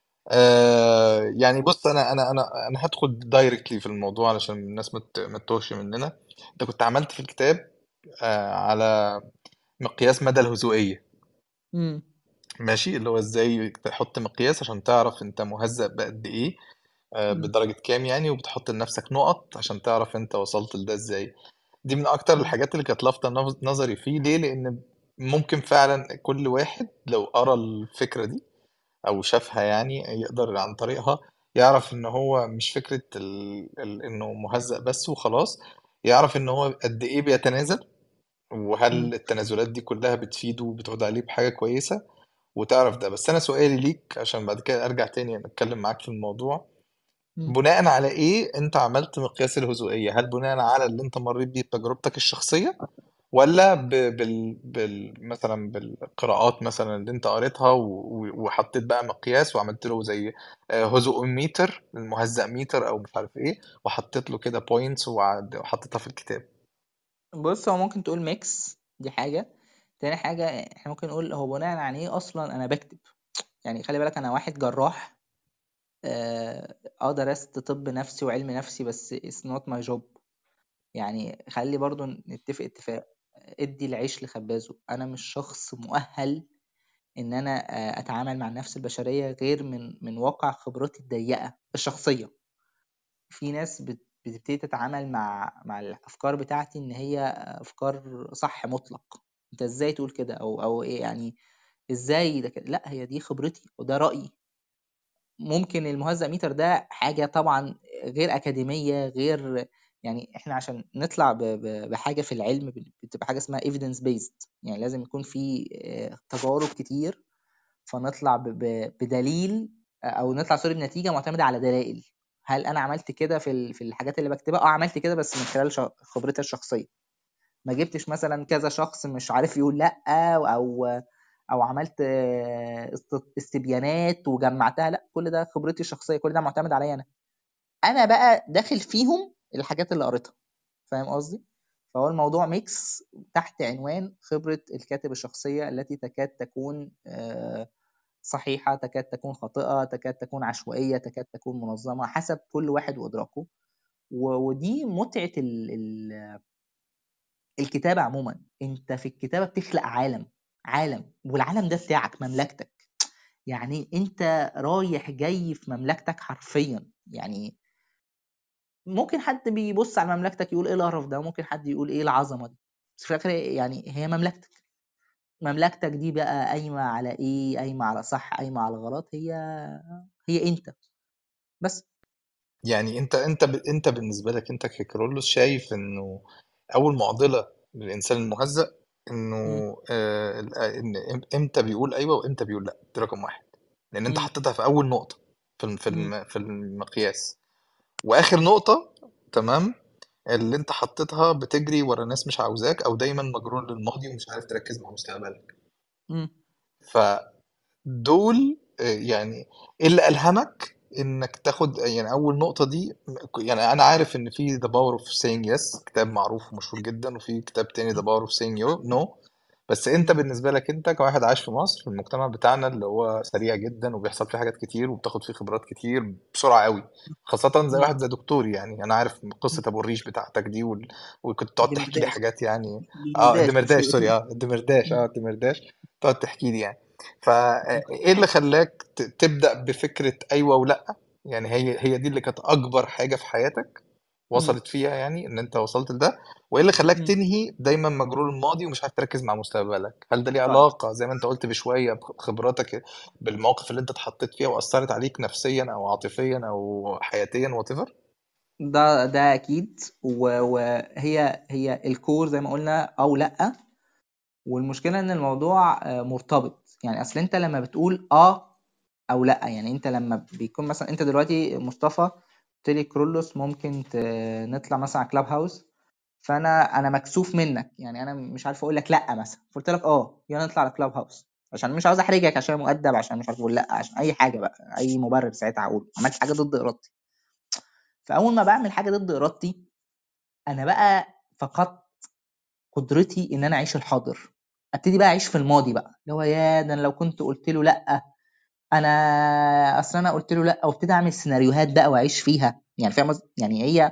يعني بص انا هدخل دايركتلي في الموضوع علشان الناس ما تتوهش مننا. انت كنت عملت في الكتاب على مقياس مدى الهزوئية، امم. ماشي، اللي هو ازاي تحط مقياس عشان تعرف انت مهزأ بقد ايه، امم. بدرجة كام يعني، وبتحط لنفسك نقط عشان تعرف انت وصلت لده ازاي. دي من اكتر الحاجات اللي كانت لافتة نظري فيه، ليه؟ لان ممكن فعلا كل واحد لو قرا الفكرة دي او شافها يعني يقدر عن طريقها يعرف ان هو مش فكرة انه مهزأ بس وخلاص، يعرف ان هو قد ايه بيتنازل، امم. وهل التنازلات دي كلها بتفيده وبتعود عليه بحاجة كويسة، وتعرف ده. بس انا سؤالي ليك عشان بعد كده ارجع تاني اتكلم معاك في الموضوع، امم. بناء على ايه انت عملت مقياس الهزوئية؟ هل بناء على اللي انت مريت بيه بتجربتك الشخصية، ولا مثلا بالقراءات مثلا اللي انت قريتها وحطيت بقى مقياس وعملت له زي هزء ميتر، المهزأ ميتر او مش عارف ايه، وحطيت له كده بوينتس وحطيتها في الكتاب؟ بص، هو ممكن تقول ميكس، دي حاجة. تاني حاجة احنا ممكن نقول هو بناء عن ايه اصلا انا بكتب. يعني خلي بالك انا واحد جراح، درست طب نفسي وعلم نفسي، بس it's not my job. يعني خلي برضو نتفق اتفاق، ادي العيش لخبازه. انا مش شخص مؤهل ان انا اتعامل مع النفس البشرية غير من واقع خبرتي الضيقة الشخصية. في ناس بتبتدي تتعامل مع الافكار بتاعتي ان هي افكار صح مطلق. انت ازاي تقول كده او ايه يعني؟ ازاي ده كده؟ لا، هي دي خبرتي وده رأيي. ممكن المهزأ ميتر ده حاجة طبعا غير أكاديمية، غير يعني احنا عشان نطلع بحاجة في العلم بتبقى حاجة اسمها evidence based. يعني لازم يكون في تجارب كتير، فنطلع بدليل، او نطلع سوري بنتيجة معتمدة على دلائل. هل انا عملت كده في الحاجات اللي بكتبها؟ عملت كده، بس من خلال خبرتي الشخصية. ما جبتش مثلا كذا شخص مش عارف يقول لا، او عملت استبيانات وجمعتها. لا، كل ده خبرتي الشخصيه، كل ده معتمد عليا انا بقى داخل فيهم الحاجات اللي قريتها. فاهم قصدي؟ فهو الموضوع ميكس تحت عنوان خبرة الكاتب الشخصية، التي تكاد تكون صحيحة، تكاد تكون خاطئة، تكاد تكون عشوائية، تكاد تكون منظمة، حسب كل واحد وإدراكه. ودي متعة الكتابة عموما. انت في الكتابة بتخلق عالم، والعالم ده بتاعك، مملكتك. يعني انت رايح جاي في مملكتك حرفيا. يعني ممكن حد بيبص على مملكتك يقول ايه القرف ده، وممكن حد يقول ايه العظمة دي، بس في الاخر يعني هي مملكتك دي بقى قايمة على ايه؟ قايمة على صح، قايمة على غلط. هي انت بس. يعني انت بالنسبه لك انت ككرولوس شايف انه اول معضله للانسان المهزأ انه مم. ان امتى بيقول ايوه وامتى بيقول لا، دي رقم واحد، لان انت مم. حطيتها في اول نقطه مم. في المقياس. واخر نقطه، تمام، اللي انت حطيتها بتجري ورا ناس مش عاوزاك، او دايما مجرور للماضي ومش عارف تركز مع مستقبلك. مم. فدول يعني ايه اللي ألهمك انك تاخد يعني اول نقطة دي؟ يعني انا عارف ان في The Power of Saying Yes، كتاب معروف ومشهور جدا، وفي كتاب تاني The Power of Saying No. بس انت مم. بالنسبة لك انت كواحد عايش في مصر، في المجتمع بتاعنا اللي هو سريع جدا وبيحصل فيه حاجات كتير وبتاخد فيه خبرات كتير بسرعة قوي، خاصة زي مم. واحد زي دكتور. يعني انا عارف قصة ابو الريش بتاعتك دي وكنت تقعد تحكي لي دمرداش حاجات يعني. اه دمرداش الدمرداش، سوري، الدمرداش، الدمرداش، تقعد تحكي لي يعني. فايه اللي خلاك تبدأ بفكرة ايوه ولا؟ يعني هي دي اللي كانت اكبر حاجة في حياتك مم. وصلت فيها، يعني ان انت وصلت لده؟ وايه اللي خلاك مم. تنهي دايما مجرور الماضي ومش عارف تركز مع مستقبلك؟ هل ده ليه طيب، علاقة زي ما انت قلت بشوية بخبراتك بالمواقف اللي انت اتحطيت فيها واثرت عليك نفسيا او عاطفيا او حياتيا whatever؟ ده اكيد. وهي الكور زي ما قلنا او لا. والمشكله ان الموضوع مرتبط. يعني اصل انت لما بتقول او لا، يعني انت لما بيكون مثلا انت دلوقتي مصطفى قلت لي كرولوس ممكن نطلع مثلا على كلاب هاوس، فانا مكسوف منك. يعني انا مش عارف اقول لك لا مثلا، قلت لك يلا نطلع على كلاب هاوس، عشان مش عاوز احرجك، عشان مؤدب، عشان مش عارف اقول لا، عشان اي حاجه بقى، اي مبرر ساعتها هقول عملت حاجه ضد ارادتي. فاول ما بعمل حاجه ضد ارادتي، انا بقى فقدت قدرتي ان انا اعيش الحاضر. ابتدي بقى اعيش في الماضي بقى، اللي هو يا ده انا لو كنت قلت له لا، انا اصلا انا قلت له لا، وابتدي اعمل سيناريوهات بقى واعيش فيها. يعني فاهم يعني هي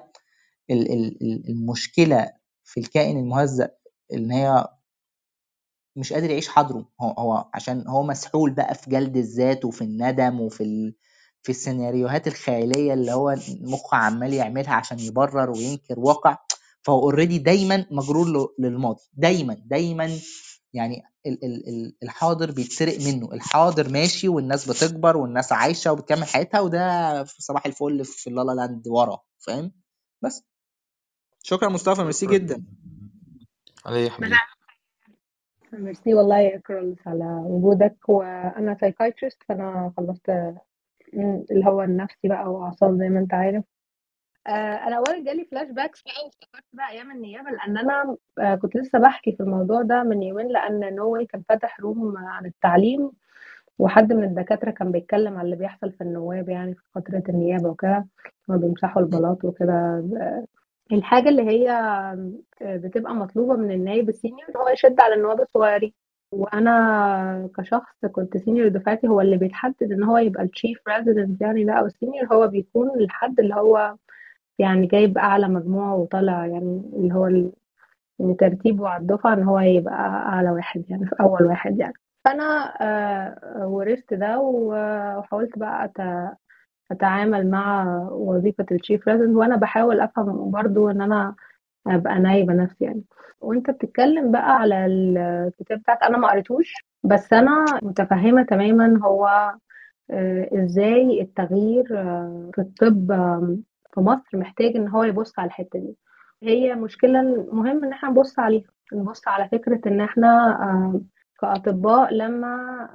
المشكله في الكائن المهزأ ان هي مش قادر يعيش حاضره. هو عشان هو مسحول بقى في جلد الذات وفي الندم وفي في السيناريوهات الخياليه اللي هو مخه عمال يعملها عشان يبرر وينكر واقع. فهو اوريدي دايما مجرور للماضي، دايما. يعني الحاضر بيتسرق منه. الحاضر ماشي والناس بتكبر والناس عايشه وبتكمل حياتها، وده في صباح الفل في لالا لاند ورا. فاهم؟ بس. شكرا مصطفى، ميرسي شكرا جدا. علي يا حبيبي. ميرسي والله يا كرولز على وجودك. وانا سايكايترست، فانا خلصت اللي هو النفسي بقى واعصاب زي ما انت عارف. انا اولا جالي فلاش باكس بقى، وافتكرت بقى ايام النيابه، لان انا كنت لسه بحكي في الموضوع ده من يومين، لان نووي كان فاتح روم عن التعليم، وحد من الدكاتره كان بيتكلم على اللي بيحصل في النواب يعني في فتره النيابه وكده، هما بيمسحوا البلاط وكده الحاجة اللي هي بتبقى مطلوبة من النايب السينيور هو يشد على النواب الصغيرين. وانا كشخص كنت سينيور دفعتي، هو اللي بيتحدد ان هو يبقى الشيف ريزيدنت يعني ده او السينيور، هو بيكون الحد اللي هو يعني جايب اعلى مجموع وطالع يعني اللي هو يعني ترتيبه على الدفعة ان هو يبقى اعلى واحد يعني في اول واحد يعني. فانا ورثت ده وحاولت بقى اتعامل مع وظيفة الشيف ريزيدنت، وانا بحاول افهم برضو ان انا ابقى نايبة نفسي يعني. وانت بتتكلم بقى على الكتاب بتاعك، انا ما قريتوش بس انا متفهمة تماما هو ازاي التغيير في الطب في مصر محتاج ان هو يبص على الحتة دي. هي مشكلة مهم ان احنا نبص عليها، نبص على فكرة ان احنا كأطباء لما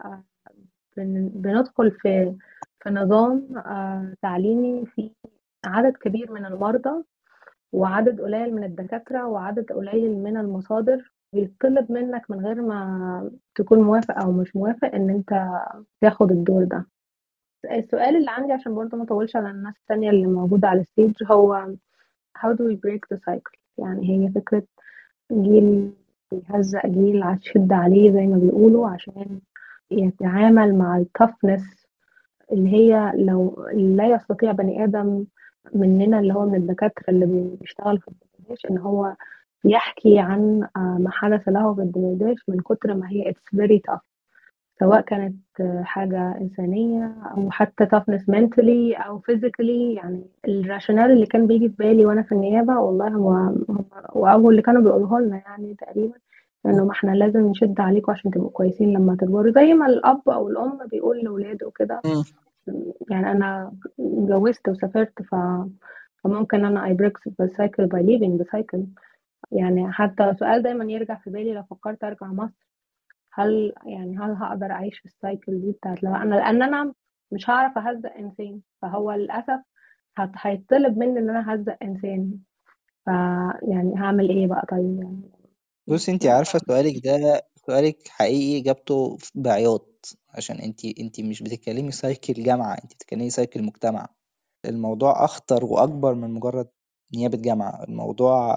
بندخل في نظام تعليمي فيه عدد كبير من المرضى وعدد قليل من الدكاترة وعدد قليل من المصادر، بيطلب منك من غير ما تكون موافق أو مش موافق إن أنت تاخد الدور ده. السؤال اللي عندي عشان برضه ما أطولش على الناس التانية اللي موجودة على الستيج هو how do we break the cycle؟ يعني هي فكرة جيل بيهزق جيل هتشد عليه زي ما بيقولوا عشان يتعامل مع التفنس اللي هي لو لا يستطيع بني آدم مننا اللي هو من الدكاترة اللي بيشتغل في الدمرداش إن هو يحكي عن ما حدث له في الدمرداش من كتر ما هي it's very tough، سواء كانت حاجة إنسانية أو حتى toughness mentally أو physically. يعني الراشونال اللي كان بيجي في بالي وأنا في النيابة والله وأول اللي كانوا بيقولوه لنا يعني تقريبا إنه ما إحنا لازم نشد عليكم عشان تبقوا كويسين لما تكبروا، زي ما الأب أو الأم بيقول لأولاده كده. يعني أنا اتجوزت وسافرت فممكن أنا I break the cycle by leaving the cycle. يعني حتى سؤال دايما يرجع في بالي لو فكرت أرجع مصر، هل هقدر أعيش في السايكل دي بتاعت لأن أنا مش هعرف أهزق إنسان، فهو للأسف هيطلب مني إن أنا أهزق إنسان، يعني هعمل إيه بقى طيب يعني. بص، انت عارفة سؤالك حقيقي اجابته بعياط، عشان انت مش بتتكلمي سايكل جامعة، انت بتتكلمي سايكل مجتمع. الموضوع اخطر واكبر من مجرد نيابة جامعة. الموضوع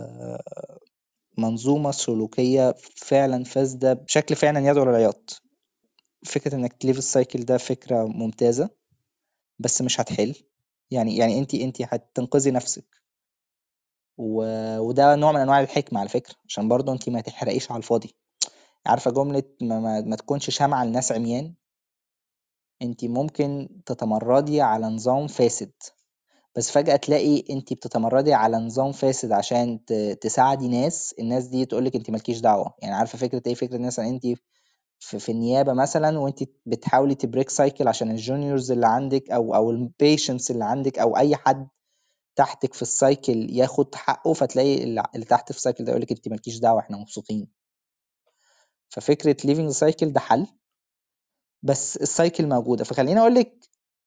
منظومة سلوكية فعلا فاسدة بشكل فعلا يدعو للعياط. فكرة انك تليف السايكل ده فكرة ممتازة بس مش هتحل. يعني انت هتنقذي نفسك وده نوع من انواع الحكمة على فكرة، عشان برضو انت ما تحرقيش على الفاضي. عارفة جملة ما تكونش شمعة لناس عميان؟ انت ممكن تتمردي على نظام فاسد، بس فجأة تلاقي انت بتتمردي على نظام فاسد عشان تساعدي الناس دي تقولك انت مالكيش دعوة. يعني عارفة فكرة ايه؟ فكرة مثلا انت في النيابة مثلا وانت بتحاولي تبريك سايكل عشان الجونيورز اللي عندك او البيشنتس اللي عندك او اي حد تحتك في السايكل ياخد حقه، فتلاقي اللي تحت في السايكل ده يقولك انت مالكيش دعوة احنا مبسوطين. ففكرة leaving the cycle ده حل، بس السايكل موجودة. فخليني اقول لك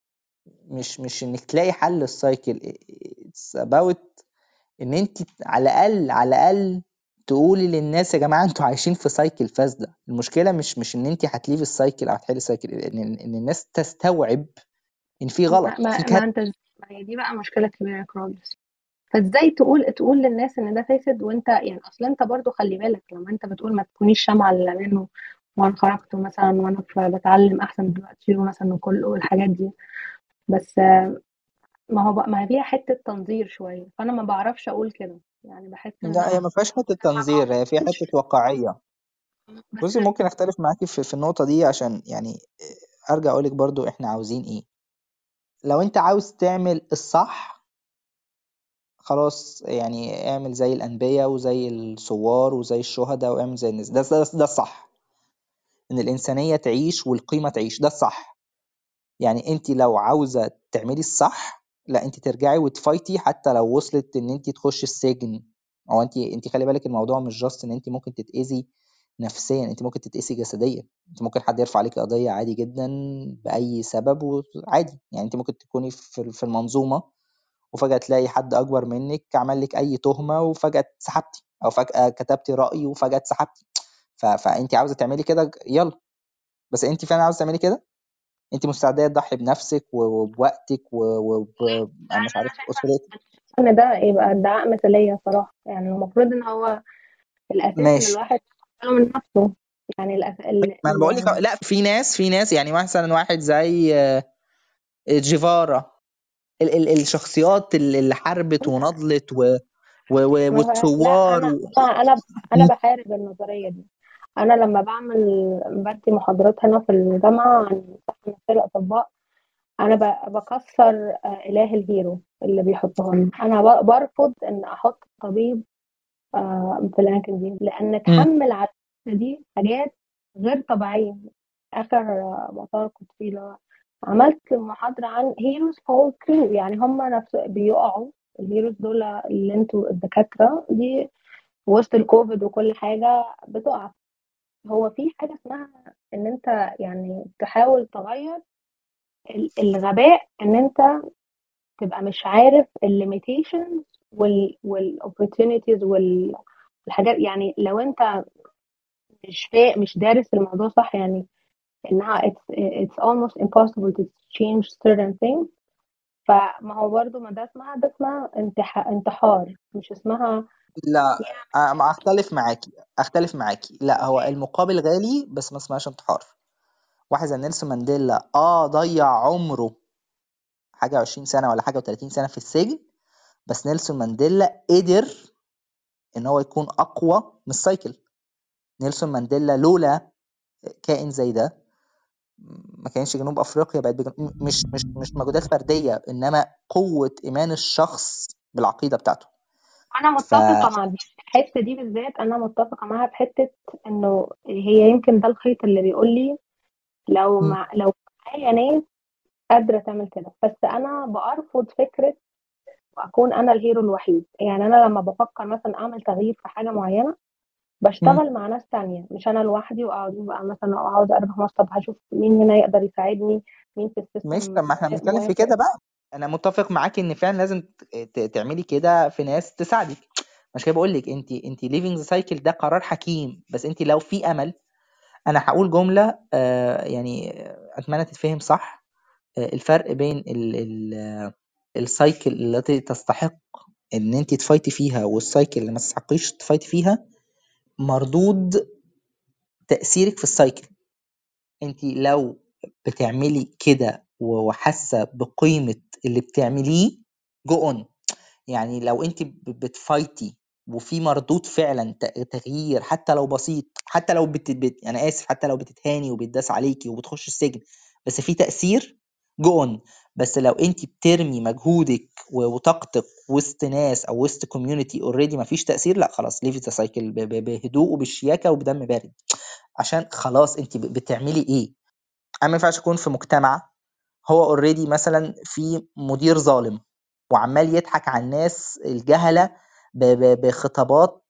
مش انك تلاقي حل السايكل، it's about ان انت على الاقل تقولي للناس يا جماعه انتوا عايشين في سايكل فاسده. المشكله مش ان انت هتليف السايكل او هتحل السايكل، ان الناس تستوعب ان في غلط في ما انت ما هي دي بقى مشكلة كبيرة يا كرولس. فازاي تقول للناس ان ده فاسد وانت يعني اصلا انت برضو خلي بالك لما انت بتقول ما تكونيش شمعة لانه وانا خرجت مثلا وانا بتعلم احسن دلوقتي مثلا وكل والحاجات دي، بس ما هو بقى ما هي فيها حتة تنظير شوية، فانا ما بعرفش اقول كده يعني بحس ان لا، هي ما فيهاش حته تنظير، هي فيها حته واقعيه. بس بصي، ممكن اختلف معاكي في النقطه دي عشان يعني ارجع اقولك برضو احنا عاوزين ايه. لو انت عاوز تعمل الصح خلاص، يعني اعمل زي الانبياء وزي الثوار وزي الشهداء واعمل زي الناس. ده الصح، ان الانسانيه تعيش والقيمه تعيش، ده الصح. يعني انت لو عاوزة تعملي الصح، لا انت ترجعي وتفايتي حتى لو وصلت ان انت تخشي السجن. او انت خلي بالك الموضوع مش جاست ان انت ممكن تتأذي نفسيا، انت ممكن تتأذي جسديا. انت ممكن حد يرفع عليك قضية عادي جدا بأي سبب وعادي. يعني انت ممكن تكوني في المنظومة وفجأة تلاقي حد اكبر منك عمل لك اي تهمة وفجأة اتسحبتي، او فجأة كتبتي رأي وفجأة اتسحبتي. فانت عاوزة تعملي كده يلا، بس انت فعلا عاوزة تعملي كده؟ انت مستعدة تضحي بنفسك وبوقتك مش عارف اسرتك؟ ان ده يبقى ادعاء مثالية صراحة. يعني المفروض ان هو الاساس ان ماشي. الواحد يعمله من نفسه. يعني ما انا بقول لك لا، في ناس يعني مثلا واحد زي جيفارا، الشخصيات اللي حاربت ونضلت لا والثوار انا بحارب النظرية دي. انا لما بدي محاضرات هنا في الجامعة عن صحة نفسية الأطباء، انا بكسر اله الهيرو اللي بيحطهم. انا برفض ان احط طبيب في الاماكن دي، لان اتحمل على دي حاجات غير طبيعيه. اخر مؤتمر كنت فيه اللي هو عملت محاضره عن هيروز هول كرو، يعني هم نفس بيقعوا. الهيروز دول اللي انتوا الدكاتره دي وسط الكوفيد وكل حاجه بتقع. هو في حاجه اسمها ان انت يعني تحاول تغير الغباء، ان انت تبقى مش عارف الليميتيشنز والاوبورتونيتيز والحاجات. يعني لو انت مش دارس الموضوع صح، يعني انها it's almost impossible to change certain things. فما هو برضو ما ده اسمها انتحار، مش اسمها. لا، ما اختلف معاكي. لا، هو المقابل غالي بس ما اسمهاش انتحار. واحد زي نيلسون مانديلا ضيع عمره حاجه 20 سنه ولا حاجه و30 سنه في السجن، بس نيلسون مانديلا قدر ان هو يكون اقوى من السايكل. نيلسون مانديلا لولا كائن زي ده ما كانش جنوب افريقيا بقت مش مجهودات فرديه، انما قوه ايمان الشخص بالعقيده بتاعته. انا متفقه مع دي الحته دي بالذات، انا متفقه معاها في حته انه هي يمكن ده الخيط اللي بيقول لي لو معايا ناس قادره تعمل كده. بس انا برفض فكره واكون انا الهيرو الوحيد. يعني انا لما بفكر مثلا اعمل تغيير في حاجه معينه بشتغل مع ناس تانية، مش انا لوحدي واقعد بقى مثلا اقعد اربح مصر. طب هشوف مين هنا يقدر يساعدني، مين في ماشي. السيستم طب ما احنا بنتكلم في موافق. كده بقى. انا متفق معاكي ان فعلا لازم تعملي كده في ناس تساعدك. مش كده بقول لك انت ليفينج ذا سايكل ده قرار حكيم، بس انت لو في امل. انا هقول جمله يعني اتمنى تتفهم صح. الفرق بين السايكل التي تستحق ان انت تفايتي فيها والسايكل اللي ما تستحقيش تفايتي فيها مردود تأثيرك في السايكل. انت لو بتعملي كده وحاسه بقيمه اللي بتعمليه جو اون. يعني لو انت بتفايتي وفي مردود فعلا تغيير حتى لو بسيط، حتى لو انا اسف، حتى لو بتتهاني وبتداس عليكي وبتخش السجن بس في تأثير جو اون. بس لو انت بترمي مجهودك وطاقتك وسط ناس او وسط كوميونتي اوريدي مفيش تأثير، لا خلاص ليفي ذا سايكل بهدوء وبالشياكه وبدم بارد. عشان خلاص انت بتعملي ايه؟ انا ما ينفعش اكون في مجتمع هو اوريدي مثلا في مدير ظالم وعمال يضحك على الناس الجهلة بخطابات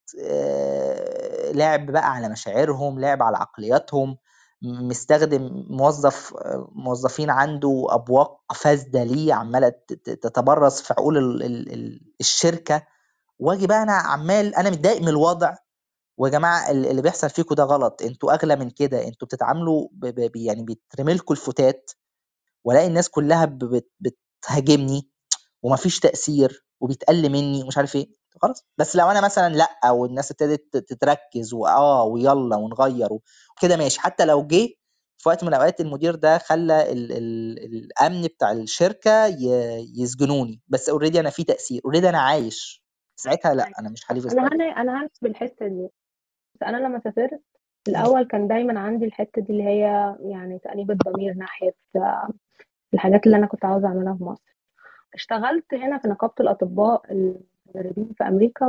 لعب بقى على مشاعرهم، لعب على عقلياتهم، مستخدم موظفين عنده أبواق فاسدة ليه عمالة تتبرز في عقول الشركة. واجي بقى أنا عمال أنا متضايق من الوضع. ويا جماعة اللي بيحصل فيكم ده غلط، انتوا أغلى من كده، انتوا بتتعاملوا يعني بيترملكوا الفتات، والاقي الناس كلها بتهاجمني ومفيش تأثير وبيتقل مني ومش عارف ايه. خلاص. بس لو انا مثلا لا والناس ابتدت تتركز ويلا ونغير وكده ماشي. حتى لو جه في وقت من الاوقات المدير ده خلى الامن بتاع الشركه يسجنوني، بس اوريدي انا في تأثير، اوريدي انا عايش، ساعتها لا انا مش حليف السايكل. انا هنس بالحته دي. بس انا لما سافرت الاول كان دايما عندي الحته دي اللي هي يعني تأنيب الضمير ناحيه الحاجات اللي انا كنت عاوزه اعملها في مصر. اشتغلت هنا في نقابه الاطباء المدربين في امريكا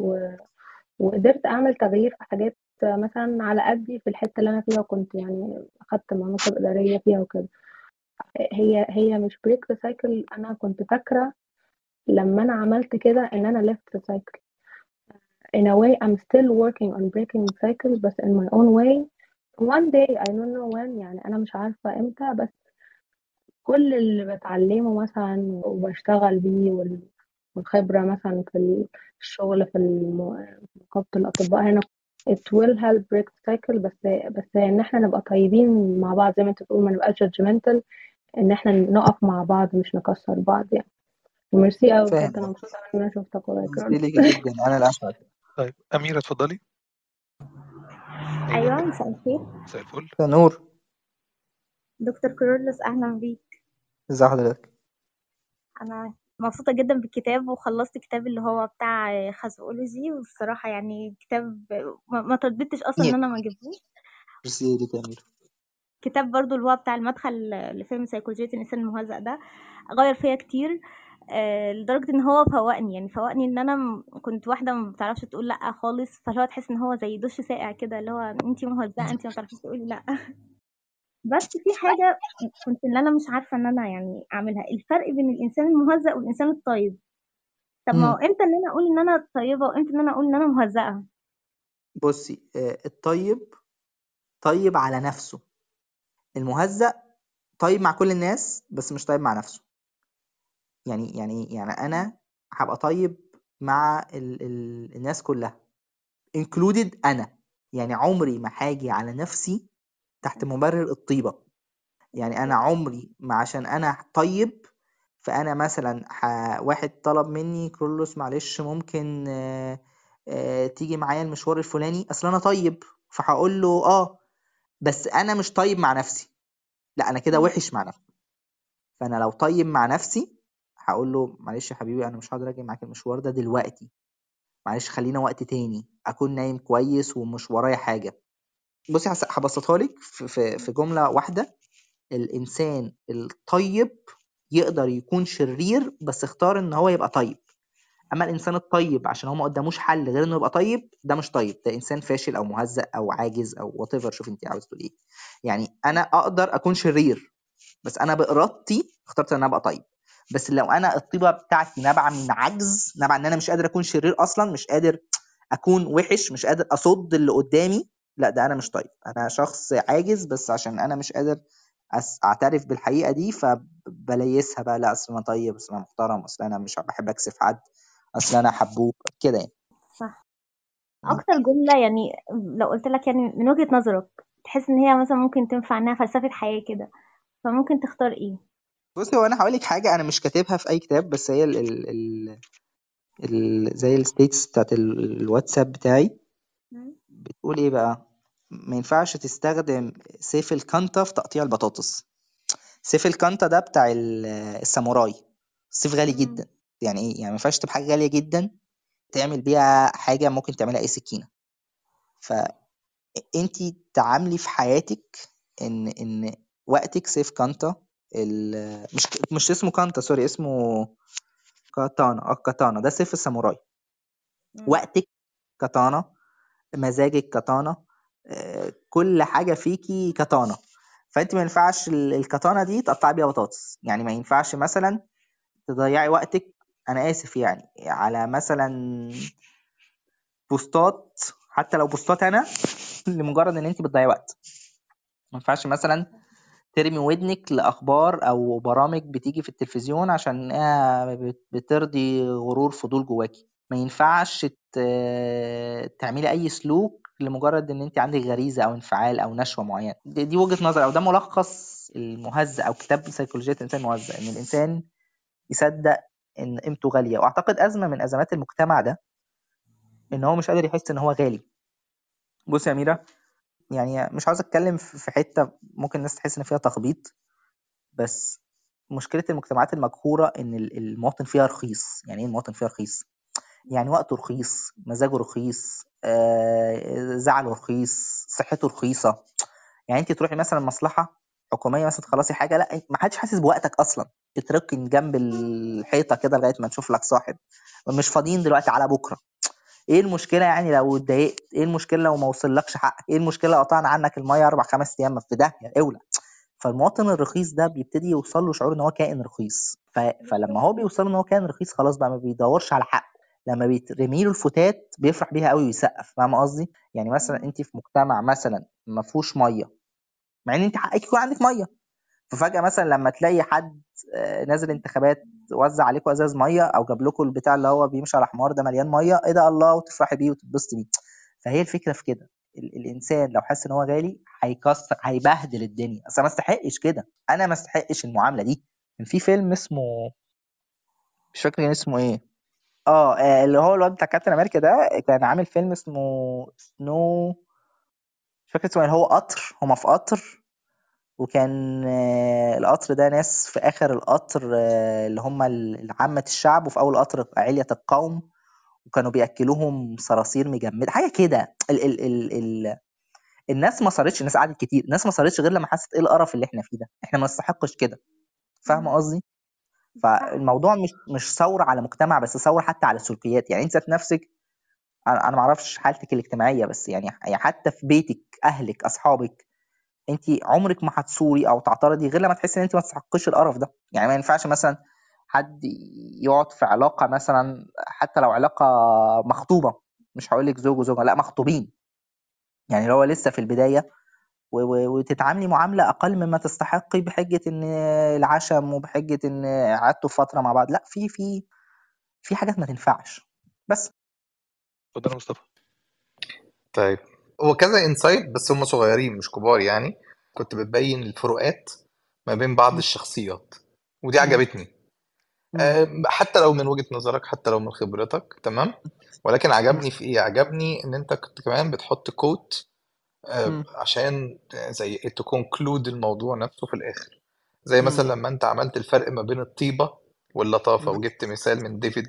وقدرت اعمل تغيير في حاجات مثلا على قدي في الحته اللي انا فيها، وكنت يعني اخدت مناصب اداريه فيها وكده. هي مش بريك ذا سايكل. انا كنت فاكره لما انا عملت كده ان انا left the cycle. In a way I'm still working on breaking the cycle بس in my own way. One day I don't know when، يعني انا مش عارفه امتى، بس كل اللي بتعلمه مثلا وبشتغل بيه والخبره مثلا في الشغل في نقابه الاطباء هنا it will help break the cycle. بس ان احنا نبقى طيبين مع بعض زي ما انت بتقول، ما نبقاش judgmental، ان احنا نقف مع بعض مش نكسر بعض يعني. ميرسي قوي فاهم بجد، انا مبسوطه ان انا شفتك والله يا ميرسي كرول. ليكي جدا، انا الاسعد. طيب أميرة اتفضلي. أيوة، مساء الخير مساء الفل. نور، دكتور كرولوس، أهلا بيك. ازي حضرتك؟ أنا مبسوطة جدا بالكتاب، وخلصت كتاب اللي هو بتاع خازوقولوجي، والصراحة يعني كتاب ما ترددتش أصلا إن أنا ما أجيبهوش. ميرسي ليكي يا أمير. كتاب برضو اللي هو بتاع المدخل لفهم سيكولوجية الإنسان المهزأ ده غير فيا كتير، لدرجة إن هو فوقني، يعني فوقني إن أنا كنت واحدة ما بتعرفش تقول لأ خالص، فاللي هو تحس إن هو زي دش ساقع كده، اللي هو أنتي مهزأة، أنتي ما بتعرفيش تقولي لأ. بس في حاجة كنت اللي أنا مش عارفة إن أنا يعني أعملها، الفرق بين الإنسان المهزأ والإنسان الطيب. طب ما هو إمتى إن أنا أقول إن أنا طيبة، وإمتى إن أنا أقول إن أنا مهزأة؟ بصي، الطيب طيب على نفسه، المهزأ طيب مع كل الناس بس مش طيب مع نفسه. يعني انا هبقى طيب مع الناس كلها included انا، يعني عمري ما هاجي على نفسي تحت مبرر الطيبة. يعني انا أوكي. عمري ما عشان انا طيب، فانا مثلا واحد طلب مني كرولوس معلش ممكن تيجي معايا المشوار الفلاني، اصل انا طيب، فهقول له بس انا مش طيب مع نفسي، لا انا كده وحش مع نفسي. فانا لو طيب مع نفسي هقول له معلش يا حبيبي انا مش هقدر اجي معاك المشوار ده دلوقتي، معلش خلينا وقت تاني اكون نايم كويس ومش ورايا حاجه. بصي هبسطها لك في جمله واحده. الانسان الطيب يقدر يكون شرير بس اختار ان هو يبقى طيب. اما الانسان الطيب عشان هو ما قداموش حل غير انه يبقى طيب، ده مش طيب، ده انسان فاشل او مهزأ او عاجز او وات ايفر. شوف انت عاوز تقول ايه. يعني انا اقدر اكون شرير بس انا بارادتي اخترت ان انا ابقى طيب. بس لو انا الطيبه بتاعتي نابعه من عجز، نابعه ان انا مش قادر اكون شرير اصلا، مش قادر اكون وحش، مش قادر اصد اللي قدامي، لا ده انا مش طيب، انا شخص عاجز بس عشان انا مش قادر اعترف بالحقيقه دي فبليسها بقى، لا اصل انا طيب، اصل انا محترم، اصل انا مش بحب اكسف حد، اصل انا حبوب كده يعني. صح. أكتر جملة يعني لو قلت لك يعني من وجهة نظرك تحس إن هي مثلا ممكن تنفع إنها فلسفة حياة كده، فممكن تختار إيه؟ بصي، هو انا هقول لك حاجه انا مش كاتبها في اي كتاب، بس هي زي الستيتس بتاعت الواتساب بتاعي بتقول ايه بقى. ما ينفعش تستخدم سيف الكانتا في تقطيع البطاطس. سيف الكانتا ده بتاع الساموراي، السيف غالي جدا. يعني ايه؟ يعني ما ينفعش تبقى حاجه غاليه جدا تعمل بيها حاجه ممكن تعملها اي سكينه. فانت تعاملي في حياتك ان وقتك سيف كانتا. مش اسمه كانتا، سوري، اسمه كاتانا. كاتانا ده سيف الساموراي. وقتك كاتانا، مزاجك كاتانا، كل حاجه فيكي كاتانا. فانت ما ينفعش الكاتانا دي تقطعي بيها بطاطس. يعني ما ينفعش مثلا تضيعي وقتك، انا اسف يعني، على مثلا بوستات، حتى لو بوستات انا لمجرد ان انت بتضيعي وقت. ما ينفعش مثلا ترمي ودنك لاخبار او برامج بتيجي في التلفزيون عشان بترضي غرور فضول جواكي. ما ينفعش تعملي اي سلوك لمجرد ان انت عندك غريزه او انفعال او نشوه معينه. دي وجهه نظر او ده ملخص المهزأ او كتاب سيكولوجيه الانسان المهزأ، ان الانسان يصدق ان قيمته غاليه. واعتقد ازمه من ازمات المجتمع ده ان هو مش قادر يحس ان هو غالي. بص يا اميره، يعني مش عاوز اتكلم في حته ممكن الناس تحس ان فيها تخبيط، بس مشكله المجتمعات المقهوره ان المواطن فيها رخيص. يعني ايه المواطن فيها رخيص؟ يعني وقته رخيص، مزاجه رخيص، زعله رخيص، صحته رخيصه. يعني انت تروحي مثلا مصلحه حكوميه مثلا تخلصي حاجه، لا ما حدش حاسس بوقتك اصلا، تتركن جنب الحيطه كده لغايه ما نشوف لك صاحب، مش فاضيين دلوقتي، على بكره. ايه المشكله يعني لو اتضايقت؟ ايه المشكله لو ما وصلكش حقك؟ ايه المشكله لو قطعنا عنك الميه 4-5 ايام في داهيه اولى؟ فالمواطن الرخيص ده بيبتدي يوصل له شعور ان هو كائن رخيص. فلما هو بيوصل ان هو كائن رخيص خلاص بقى ما بيدورش على حق. لما بيترمي له الفتات بيفرح بيها قوي ويسقف. فاهم قصدي؟ يعني مثلا انت في مجتمع مثلا ما فيهوش ميه، مع ان انت حقك يكون عندك ميه، ففجاه مثلا لما تلاقي حد نازل انتخابات وزع عليكم ازاز ميه او جاب لكم البتاع اللي هو بيمشي على حمار ده مليان ميه، ايه ده؟ الله، وتفرحي بيه وتتبسطي بيه. فهي الفكره في كده. الانسان لو حس ان هو غالي هيكسر، هيبهدل الدنيا. اصل ما استحقش كده، انا ما استحقش المعامله دي. كان في فيلم اسمه مش فاكر كان اسمه ايه. اللي هو الواد بتاع كابتن امريكا ده كان عامل فيلم اسمه سنو، مش فاكر اسمه ايه. هو قطر، هما في قطر، وكان القطر ده ناس في اخر القطر اللي هم عامة الشعب، وفي اول القطر علية القوم، وكانوا بياكلوهم صراصير مجمده حاجه كده. ال الناس ما صارتش، الناس قعدت كتير، الناس ما صارتش غير لما حست ايه القرف اللي احنا فيه ده، احنا ما نستحقش كده. فاهمه قصدي؟ فالموضوع مش ثوره على مجتمع بس، ثوره حتى على السلوكيات. يعني انت ذات نفسك، انا ما اعرفش حالتك الاجتماعيه، بس يعني حتى في بيتك، اهلك، اصحابك، انت عمرك ما هتصوري او تعترضي غير لما تحسي ان انت ما تستحقيش القرف ده. يعني ما ينفعش مثلا حد يقعد في علاقه مثلا، حتى لو علاقه مخطوبه، مش هقول لك زوج وزوجه، لا مخطوبين، يعني لو هو لسه في البدايه، وتتعاملي معامله اقل مما تستحقي بحجه ان العشم، وبحجه ان قعدتوا فتره مع بعض. لا، في حاجات ما تنفعش. بس اتفضل يا مصطفى. طيب، هو كذا انسايت بس هم صغيرين مش كبار يعني. كنت بتبين الفروقات ما بين بعض م- الشخصيات، ودي م- عجبتني. م- حتى لو من وجهة نظرك، حتى لو من خبرتك، تمام. ولكن م- عجبني في ايه؟ عجبني ان انت كنت كمان بتحط كوت م- عشان زي تكونكلود الموضوع نفسه في الاخر. زي م- مثلا لما انت عملت الفرق ما بين الطيبة واللطافة، م- وجبت مثال من ديفيد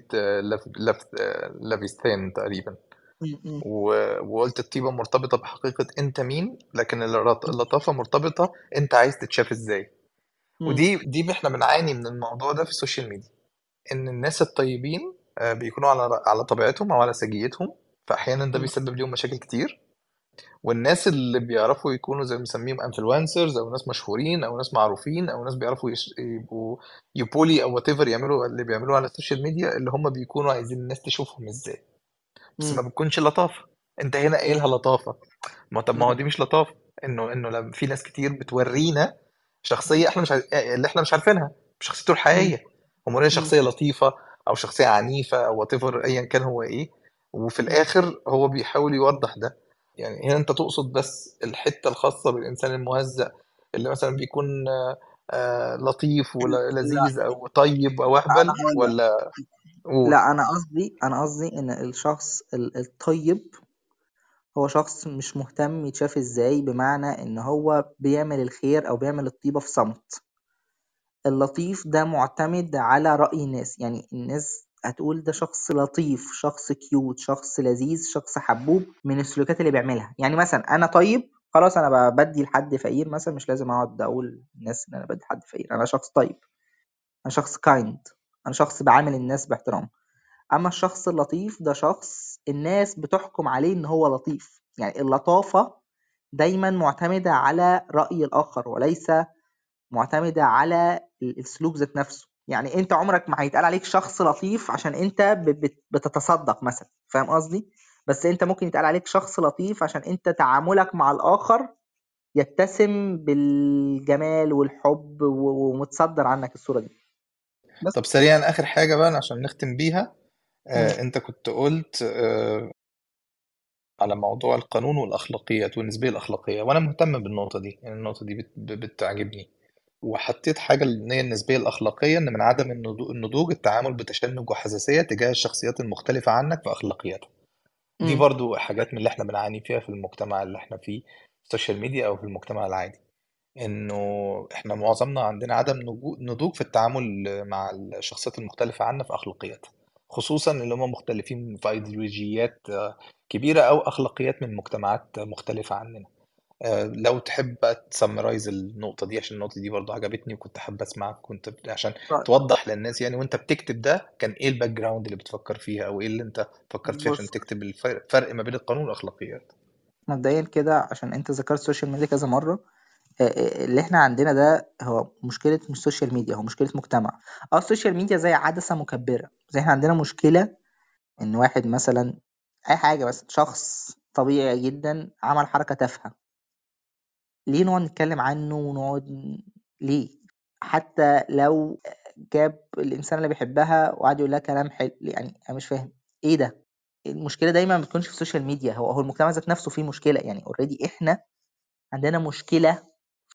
لافيستان تقريبا، م- وقلت الطيبة مرتبطة بحقيقة انت مين، لكن اللطافة مرتبطة انت عايز تتشاف ازاي. م- ودي احنا بنعاني من الموضوع ده في السوشيال ميديا، ان الناس الطيبين بيكونوا على طبيعتهم او على سجيتهم، فاحيانا ده م- بيسبب لهم مشاكل كتير. والناس اللي بيعرفوا يكونوا زي ما بنسميهم انفلونسرز، او ناس مشهورين او ناس معروفين او ناس بيعرفوا يبقوا يبولي او وات ايفر، يعملوا اللي بيعملوه على السوشيال ميديا، اللي هم بيكونوا عايزين الناس تشوفهم ازاي، بس م- ما بتكونش لطافة. انت هنا م- قايلها لطافة. طب ما هو م- دي مش لطافة. انه لما في ناس كتير بتورينا شخصية احنا مش اللي احنا مش عارفينها، مش شخصيته م- الحقيقية. هم مورينا م- شخصية لطيفة او شخصية عنيفة او وات ايفر ايا كان هو ايه، وفي م- الاخر هو بيحاول يوضح ده. يعني هنا انت تقصد بس الحتة الخاصة بالانسان المهزأ، اللي مثلا بيكون لطيف لا، ولذيذ او طيب او انا اهبل، هقول لك. ولا؟ قول. لا، انا قصدي ان الشخص الطيب هو شخص مش مهتم يتشاف ازاي، بمعنى ان هو بيعمل الخير او بيعمل الطيبة في صمت. اللطيف ده معتمد على رأي الناس، يعني الناس هتقول ده شخص لطيف، شخص كيوت، شخص لذيذ، شخص حبوب، من السلوكيات اللي بيعملها. يعني مثلا انا طيب، خلاص انا بدي لحد فقير مثلا، مش لازم اقعد اقول للناس ان انا بدي لحد فقير. انا شخص طيب، انا شخص كايند، انا شخص بعامل الناس باحترام. اما الشخص اللطيف ده شخص الناس بتحكم عليه ان هو لطيف. يعني اللطافة دايما معتمدة على رأي الآخر، وليس معتمدة على السلوك ذات نفسه. يعني انت عمرك ما هيتقال عليك شخص لطيف عشان انت بتتصدق مثلا، فاهم قصدي؟ بس انت ممكن يتقال عليك شخص لطيف عشان انت تعاملك مع الآخر يتسم بالجمال والحب، ومتصدر عنك الصورة دي. بس طب سريعا اخر حاجة بقى عشان نختم بيها. مم. انت كنت قلت على موضوع القانون والاخلاقيات والنسبيه الاخلاقيه، وانا مهتم بالنقطه دي، يعني النقطه دي بتعجبني. وحطيت حاجه اللي هي النسبيه الاخلاقيه، ان من عدم النضوج التعامل بتشنج وحساسيه تجاه الشخصيات المختلفه عنك في اخلاقياتها. دي مم. برضو حاجات من اللي احنا بنعاني فيها في المجتمع اللي احنا فيه، السوشيال ميديا او في المجتمع العادي. انه احنا معظمنا عندنا عدم نضوج في التعامل مع الشخصيات المختلفة عنا في اخلاقياتها، خصوصا اللي هم مختلفين في ايديولوجيات كبيرة او اخلاقيات من مجتمعات مختلفة عننا. لو تحب بقى تسمرايز النقطة دي، عشان النقطة دي برضو عجبتني وكنت حابب اسمعك، كنت عشان توضح للناس يعني وانت بتكتب ده كان ايه الباك جراوند اللي بتفكر فيها، او ايه اللي انت فكرت فيه عشان بص، تكتب الفرق ما بين القانون والاخلاقيات. مبدئيا كده عشان انت ذكرت السوشيال ميديا كذا مرة، اللي احنا عندنا ده هو مشكلة مش سوشيال ميديا، هو مشكلة مجتمع. السوشيال ميديا زي عدسة مكبرة. زي احنا عندنا مشكلة ان واحد مثلا، اي حاجة، بس شخص طبيعي جدا عمل حركة تافهة، ليه نقعد نتكلم عنه ليه؟ حتى لو جاب الانسان اللي بيحبها وقعد يقول لها كلام حلو، يعني انا مش فاهم ايه ده. المشكلة دايما ما بتكونش في السوشيال ميديا، هو المجتمع ذات نفسه فيه مشكلة. يعني اوريدي احنا عندنا مشكلة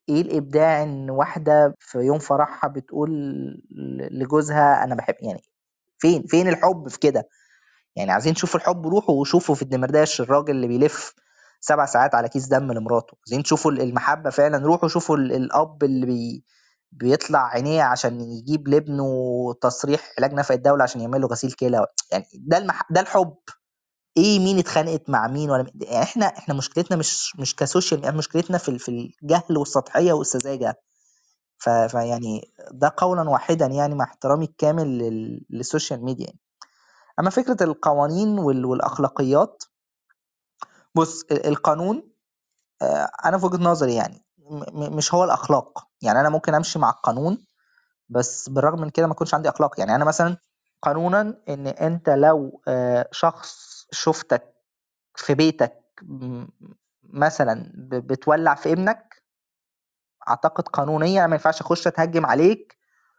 ايه الابداع ان واحده في يوم فرحها بتقول لجوزها انا بحب، يعني فين الحب في كده؟ يعني عايزين تشوفوا الحب، روحوا وشوفوا في الدمرداش الراجل اللي بيلف 7 ساعات على كيس دم لمراته. عايزين تشوفوا المحبة فعلا، روحوا شوفوا الأب اللي بيطلع عينيه عشان يجيب لابنه تصريح علاج نفع الدولة عشان يعمل له غسيل كلى. يعني ده الحب. ايه مين اتخانقت مع مين ولا يعني احنا مشكلتنا مش كسوشيال، يعني مشكلتنا في الجهل والسطحية والسذاجة. فيعني ده قولا واحدا يعني مع احترامي الكامل للسوشيال ميديا يعني. اما فكرة القوانين والاخلاقيات، بص القانون انا في وجهة نظري يعني مش هو الاخلاق. يعني انا ممكن امشي مع القانون بس بالرغم من كده ما يكونش عندي اخلاق. يعني انا مثلا قانونا ان انت لو شخص شفتك في بيتك مثلا بتولع في ابنك، اعتقد قانونيا ما ينفعش اخش اتهجم عليك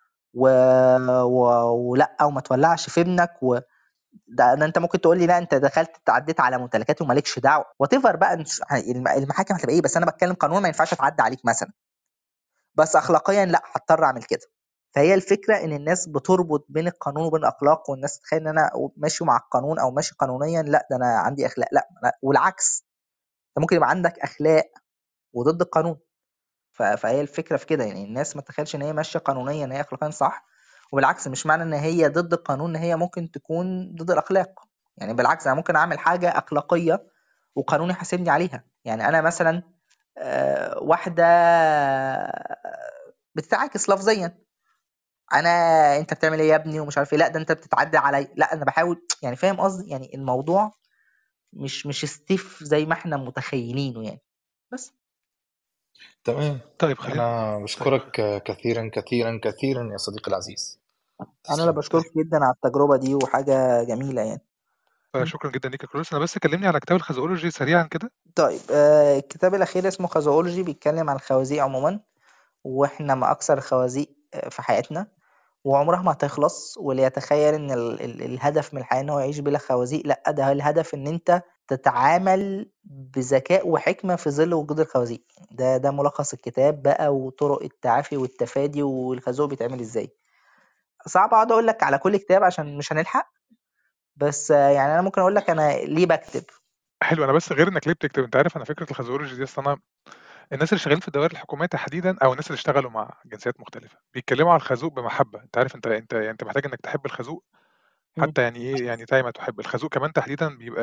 ولا وما تولعش في ابنك ده انت ممكن تقول لي لا انت دخلت تعديت على ممتلكاتي ومالكش دعوه، وات ايفر بقى المحاكم هتبقى ايه. بس انا بتكلم قانون ما ينفعش اتعدى عليك مثلا، بس اخلاقيا لا هضطر اعمل كده. فهي الفكره ان الناس بتربط بين القانون وبين الاخلاق، والناس تتخيل ان انا ماشي مع القانون او ماشي قانونيا لا ده انا عندي اخلاق. لا والعكس، انت ممكن يبقى عندك اخلاق وضد القانون. فهي الفكره في كده، يعني الناس ما تتخيلش ان هي ماشيه قانونيا ان هي اخلاقيا صح، وبالعكس مش معنى ان هي ضد القانون ان هي ممكن تكون ضد الاخلاق. يعني بالعكس انا ممكن اعمل حاجه اخلاقيه وقانون يحاسبني عليها. يعني انا مثلا واحده بتتعاكس لفظيا، انت بتعمل ايه يا ابني ومش عارف ايه، لا ده انت بتتعدى عليا، لا انا بحاول، يعني فاهم قصدي؟ يعني الموضوع مش ستيف زي ما احنا متخيلينه يعني. بس تمام. طيب خلينا أنا طيب بشكرك كثيرا كثيرا كثيرا يا صديقي العزيز. انا اللي تسلم. بشكرك جدا على التجربه دي، وحاجه جميله يعني. شكرا جدا ليك يا كرولوس. انا بس كلمني على كتاب الخازوقولوجي سريعا كده. طيب الكتاب الأخير اسمه خازوقولوجي، بيتكلم عن الخوازيق عموما، وإحنا ما أكثر الخوازيق في حياتنا وعمرها ما هتخلص. واللي يتخيل إن الهدف من الحياة إن هو يعيش بلا خوازيق، لأ ده الهدف إن أنت تتعامل بذكاء وحكمة في ظل وجود الخوازيق. ده ملخص الكتاب بقى، وطرق التعافي والتفادي والخازوق بيتعمل إزاي. صعب أقعد أقول لك على كل كتاب عشان مش هنلحق، بس يعني أنا ممكن أقول لك أنا ليه بكتب. حلو. انا بس غير انك ليه بتكتب، انت عارف انا فكره الخازوقولوجي دي اصلا الناس اللي شغالين في الدوائر الحكوميه تحديدا او الناس اللي اشتغلوا مع جنسيات مختلفه بيتكلموا على الخازوق بمحبه. انت عارف انت محتاج انك تحب الخازوق مم. حتى، يعني ايه يعني زي ما تحب الخازوق كمان تحديدا. بيبقى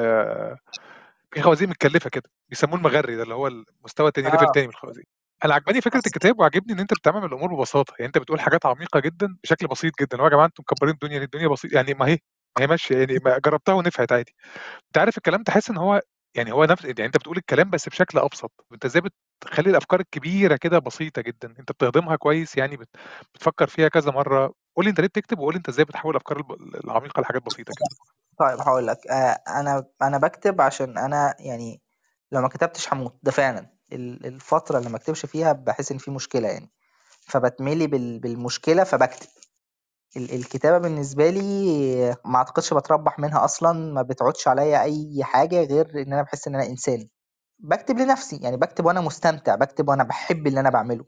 في خوازيق متكلفه كده بيسموه المغري، ده اللي هو المستوى التاني، ليفل تاني من الخوازيق. انا عجباني فكره الكتاب وعجبني ان انت بتعمل الامور ببساطه. يعني انت بتقول حاجات عميقه جدا بشكل بسيط جدا. اللي هو يا جماعه انتم مكبرين الدنيا، الدنيا بسيط يعني، ما هي ماشيه يعني، ما جربتها ونفعت عادي. انت عارف الكلام، تحس ان هو يعني هو نفس، يعني انت بتقول الكلام بس بشكل ابسط. انت ازاي بتخلي الافكار الكبيره كده بسيطه جدا؟ انت بتهضمها كويس يعني، بتفكر فيها كذا مره. قول لي انت ليه بتكتب، وقول لي انت ازاي بتحول الافكار العميقه لحاجات بسيطه كده. طيب هقول لك انا بكتب عشان انا يعني لو ما كتبتش هموت. ده فعلا الفتره اللي ما اكتبش فيها بحس ان في مشكله يعني، فبتملي بالمشكله فبكتب. الكتابه بالنسبه لي ما اعتقدش بتربح منها اصلا، ما بتعودش عليا اي حاجه غير ان انا بحس ان انا انسان بكتب لنفسي. يعني بكتب وانا مستمتع، بكتب وانا بحب اللي انا بعمله،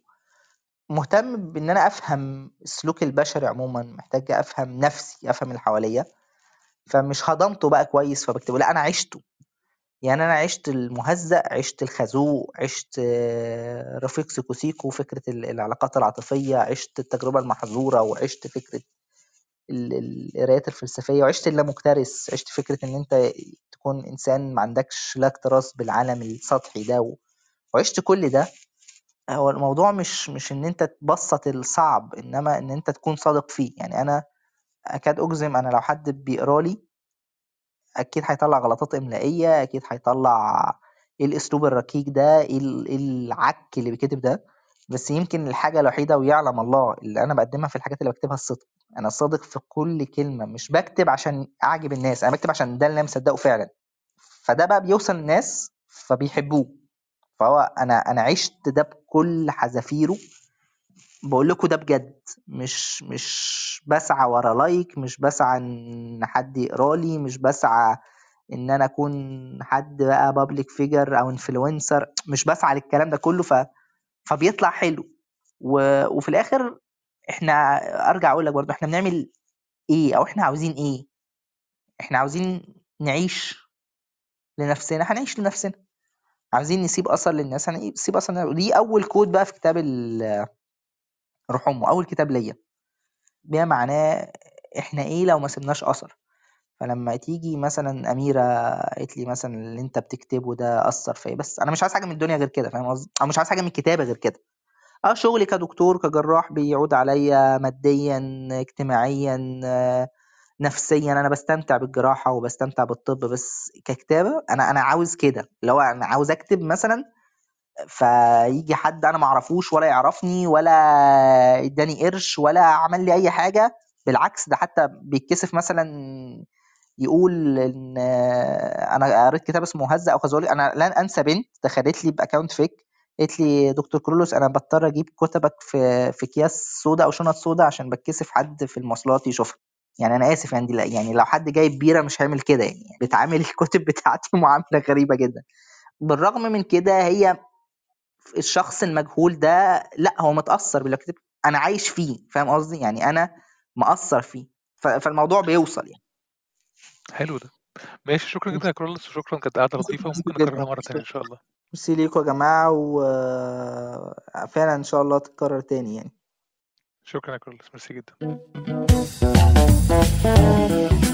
مهتم بان انا افهم السلوك البشري عموما، محتاج افهم نفسي، افهم اللي حواليا. فمش هضمته بقى كويس فبكتبه، لا انا عشته. يعني انا عشت المهزأ، عشت الخازوق، عشت رفيق سيكو سيكو، فكرة العلاقات العاطفية، عشت التجربة المحظورة، وعشت فكرة القرايات الفلسفية، وعشت اللامكترث، عشت فكرة ان انت تكون انسان ما عندكش لا اكتراث بالعالم السطحي ده، وعشت كل ده. هو الموضوع مش ان انت تبسط الصعب، انما ان انت تكون صادق فيه. يعني انا اكاد اجزم انا لو حد بيقرا لي اكيد هيطلع غلطات املائيه، اكيد هيطلع ايه الاسلوب الركيك ده، إيه العك اللي بيكتب ده. بس يمكن الحاجه الوحيده ويعلم الله اللي انا بقدمها في الحاجات اللي بكتبها الصدق. انا صادق في كل كلمه، مش بكتب عشان اعجب الناس، انا بكتب عشان ده اللي انا مصدقه فعلا. فده بقى بيوصل للناس فبيحبوه. فهو انا عشت ده بكل حذافيره. بقول لكم ده بجد، مش بسعى ورا لايك، مش بسعى ان حد يقرا لي، مش بسعى ان انا اكون حد بقى بابليك فيجر او انفلونسر، مش بسعى للكلام ده كله. فبيطلع حلو. وفي الاخر احنا ارجع اقول لك برضو احنا بنعمل ايه او احنا عاوزين ايه. احنا عاوزين نعيش لنفسنا، هنعيش لنفسنا. عاوزين نسيب اثر للناس، هنسيب اثر للناس. ودي اول كود بقى في كتاب روح امه، اول كتاب ليا، بما معناه احنا ايه لو ما سيبناش اثر. فلما تيجي مثلا اميره قالت لي مثلا اللي انت بتكتبه ده اثر فيا، بس انا مش عايز حاجه من الدنيا غير كده، فاهم قصدي؟ او مش عايز حاجه من الكتابه غير كده. شغلي كدكتور كجراح بيعود عليا ماديا اجتماعيا نفسيا، انا بستمتع بالجراحه وبستمتع بالطب، بس ككتابه انا عاوز كده، اللي هو انا عاوز اكتب مثلا فيجي حد انا ما اعرفوش ولا يعرفني ولا اداني قرش ولا عمل لي اي حاجه، بالعكس ده حتى بيتكسف مثلا يقول ان انا قريت كتاب اسمه مهزأ او خزولي. انا لن انسى بنت دخلت لي باكونت فيك قالت لي دكتور كرولوس انا بضطر اجيب كتبك في اكياس سودا او شنط سودا عشان بتكسف حد في المواصلات يشوفها. يعني انا اسف يعني يعني لو حد جايب بيره مش هيعمل كده، يعني بتعامل الكتب بتاعتي معامله غريبه جدا. بالرغم من كده هي الشخص المجهول ده لا هو متاثر باللي كتب، انا عايش فيه، فاهم قصدي؟ يعني انا مأثر فيه، فالموضوع بيوصل يعني. حلو ده. ماشي، شكرا جدا يا كرولس، وشكرا، كانت قعده لطيفه ميرسي وممكن جدا، نكررها مره تانية ان شاء الله. ميرسي ليكم يا جماعة، وفعلا إن شاء الله تتكرر تاني يعني. شكرا يا كرولس، ميرسي جدا.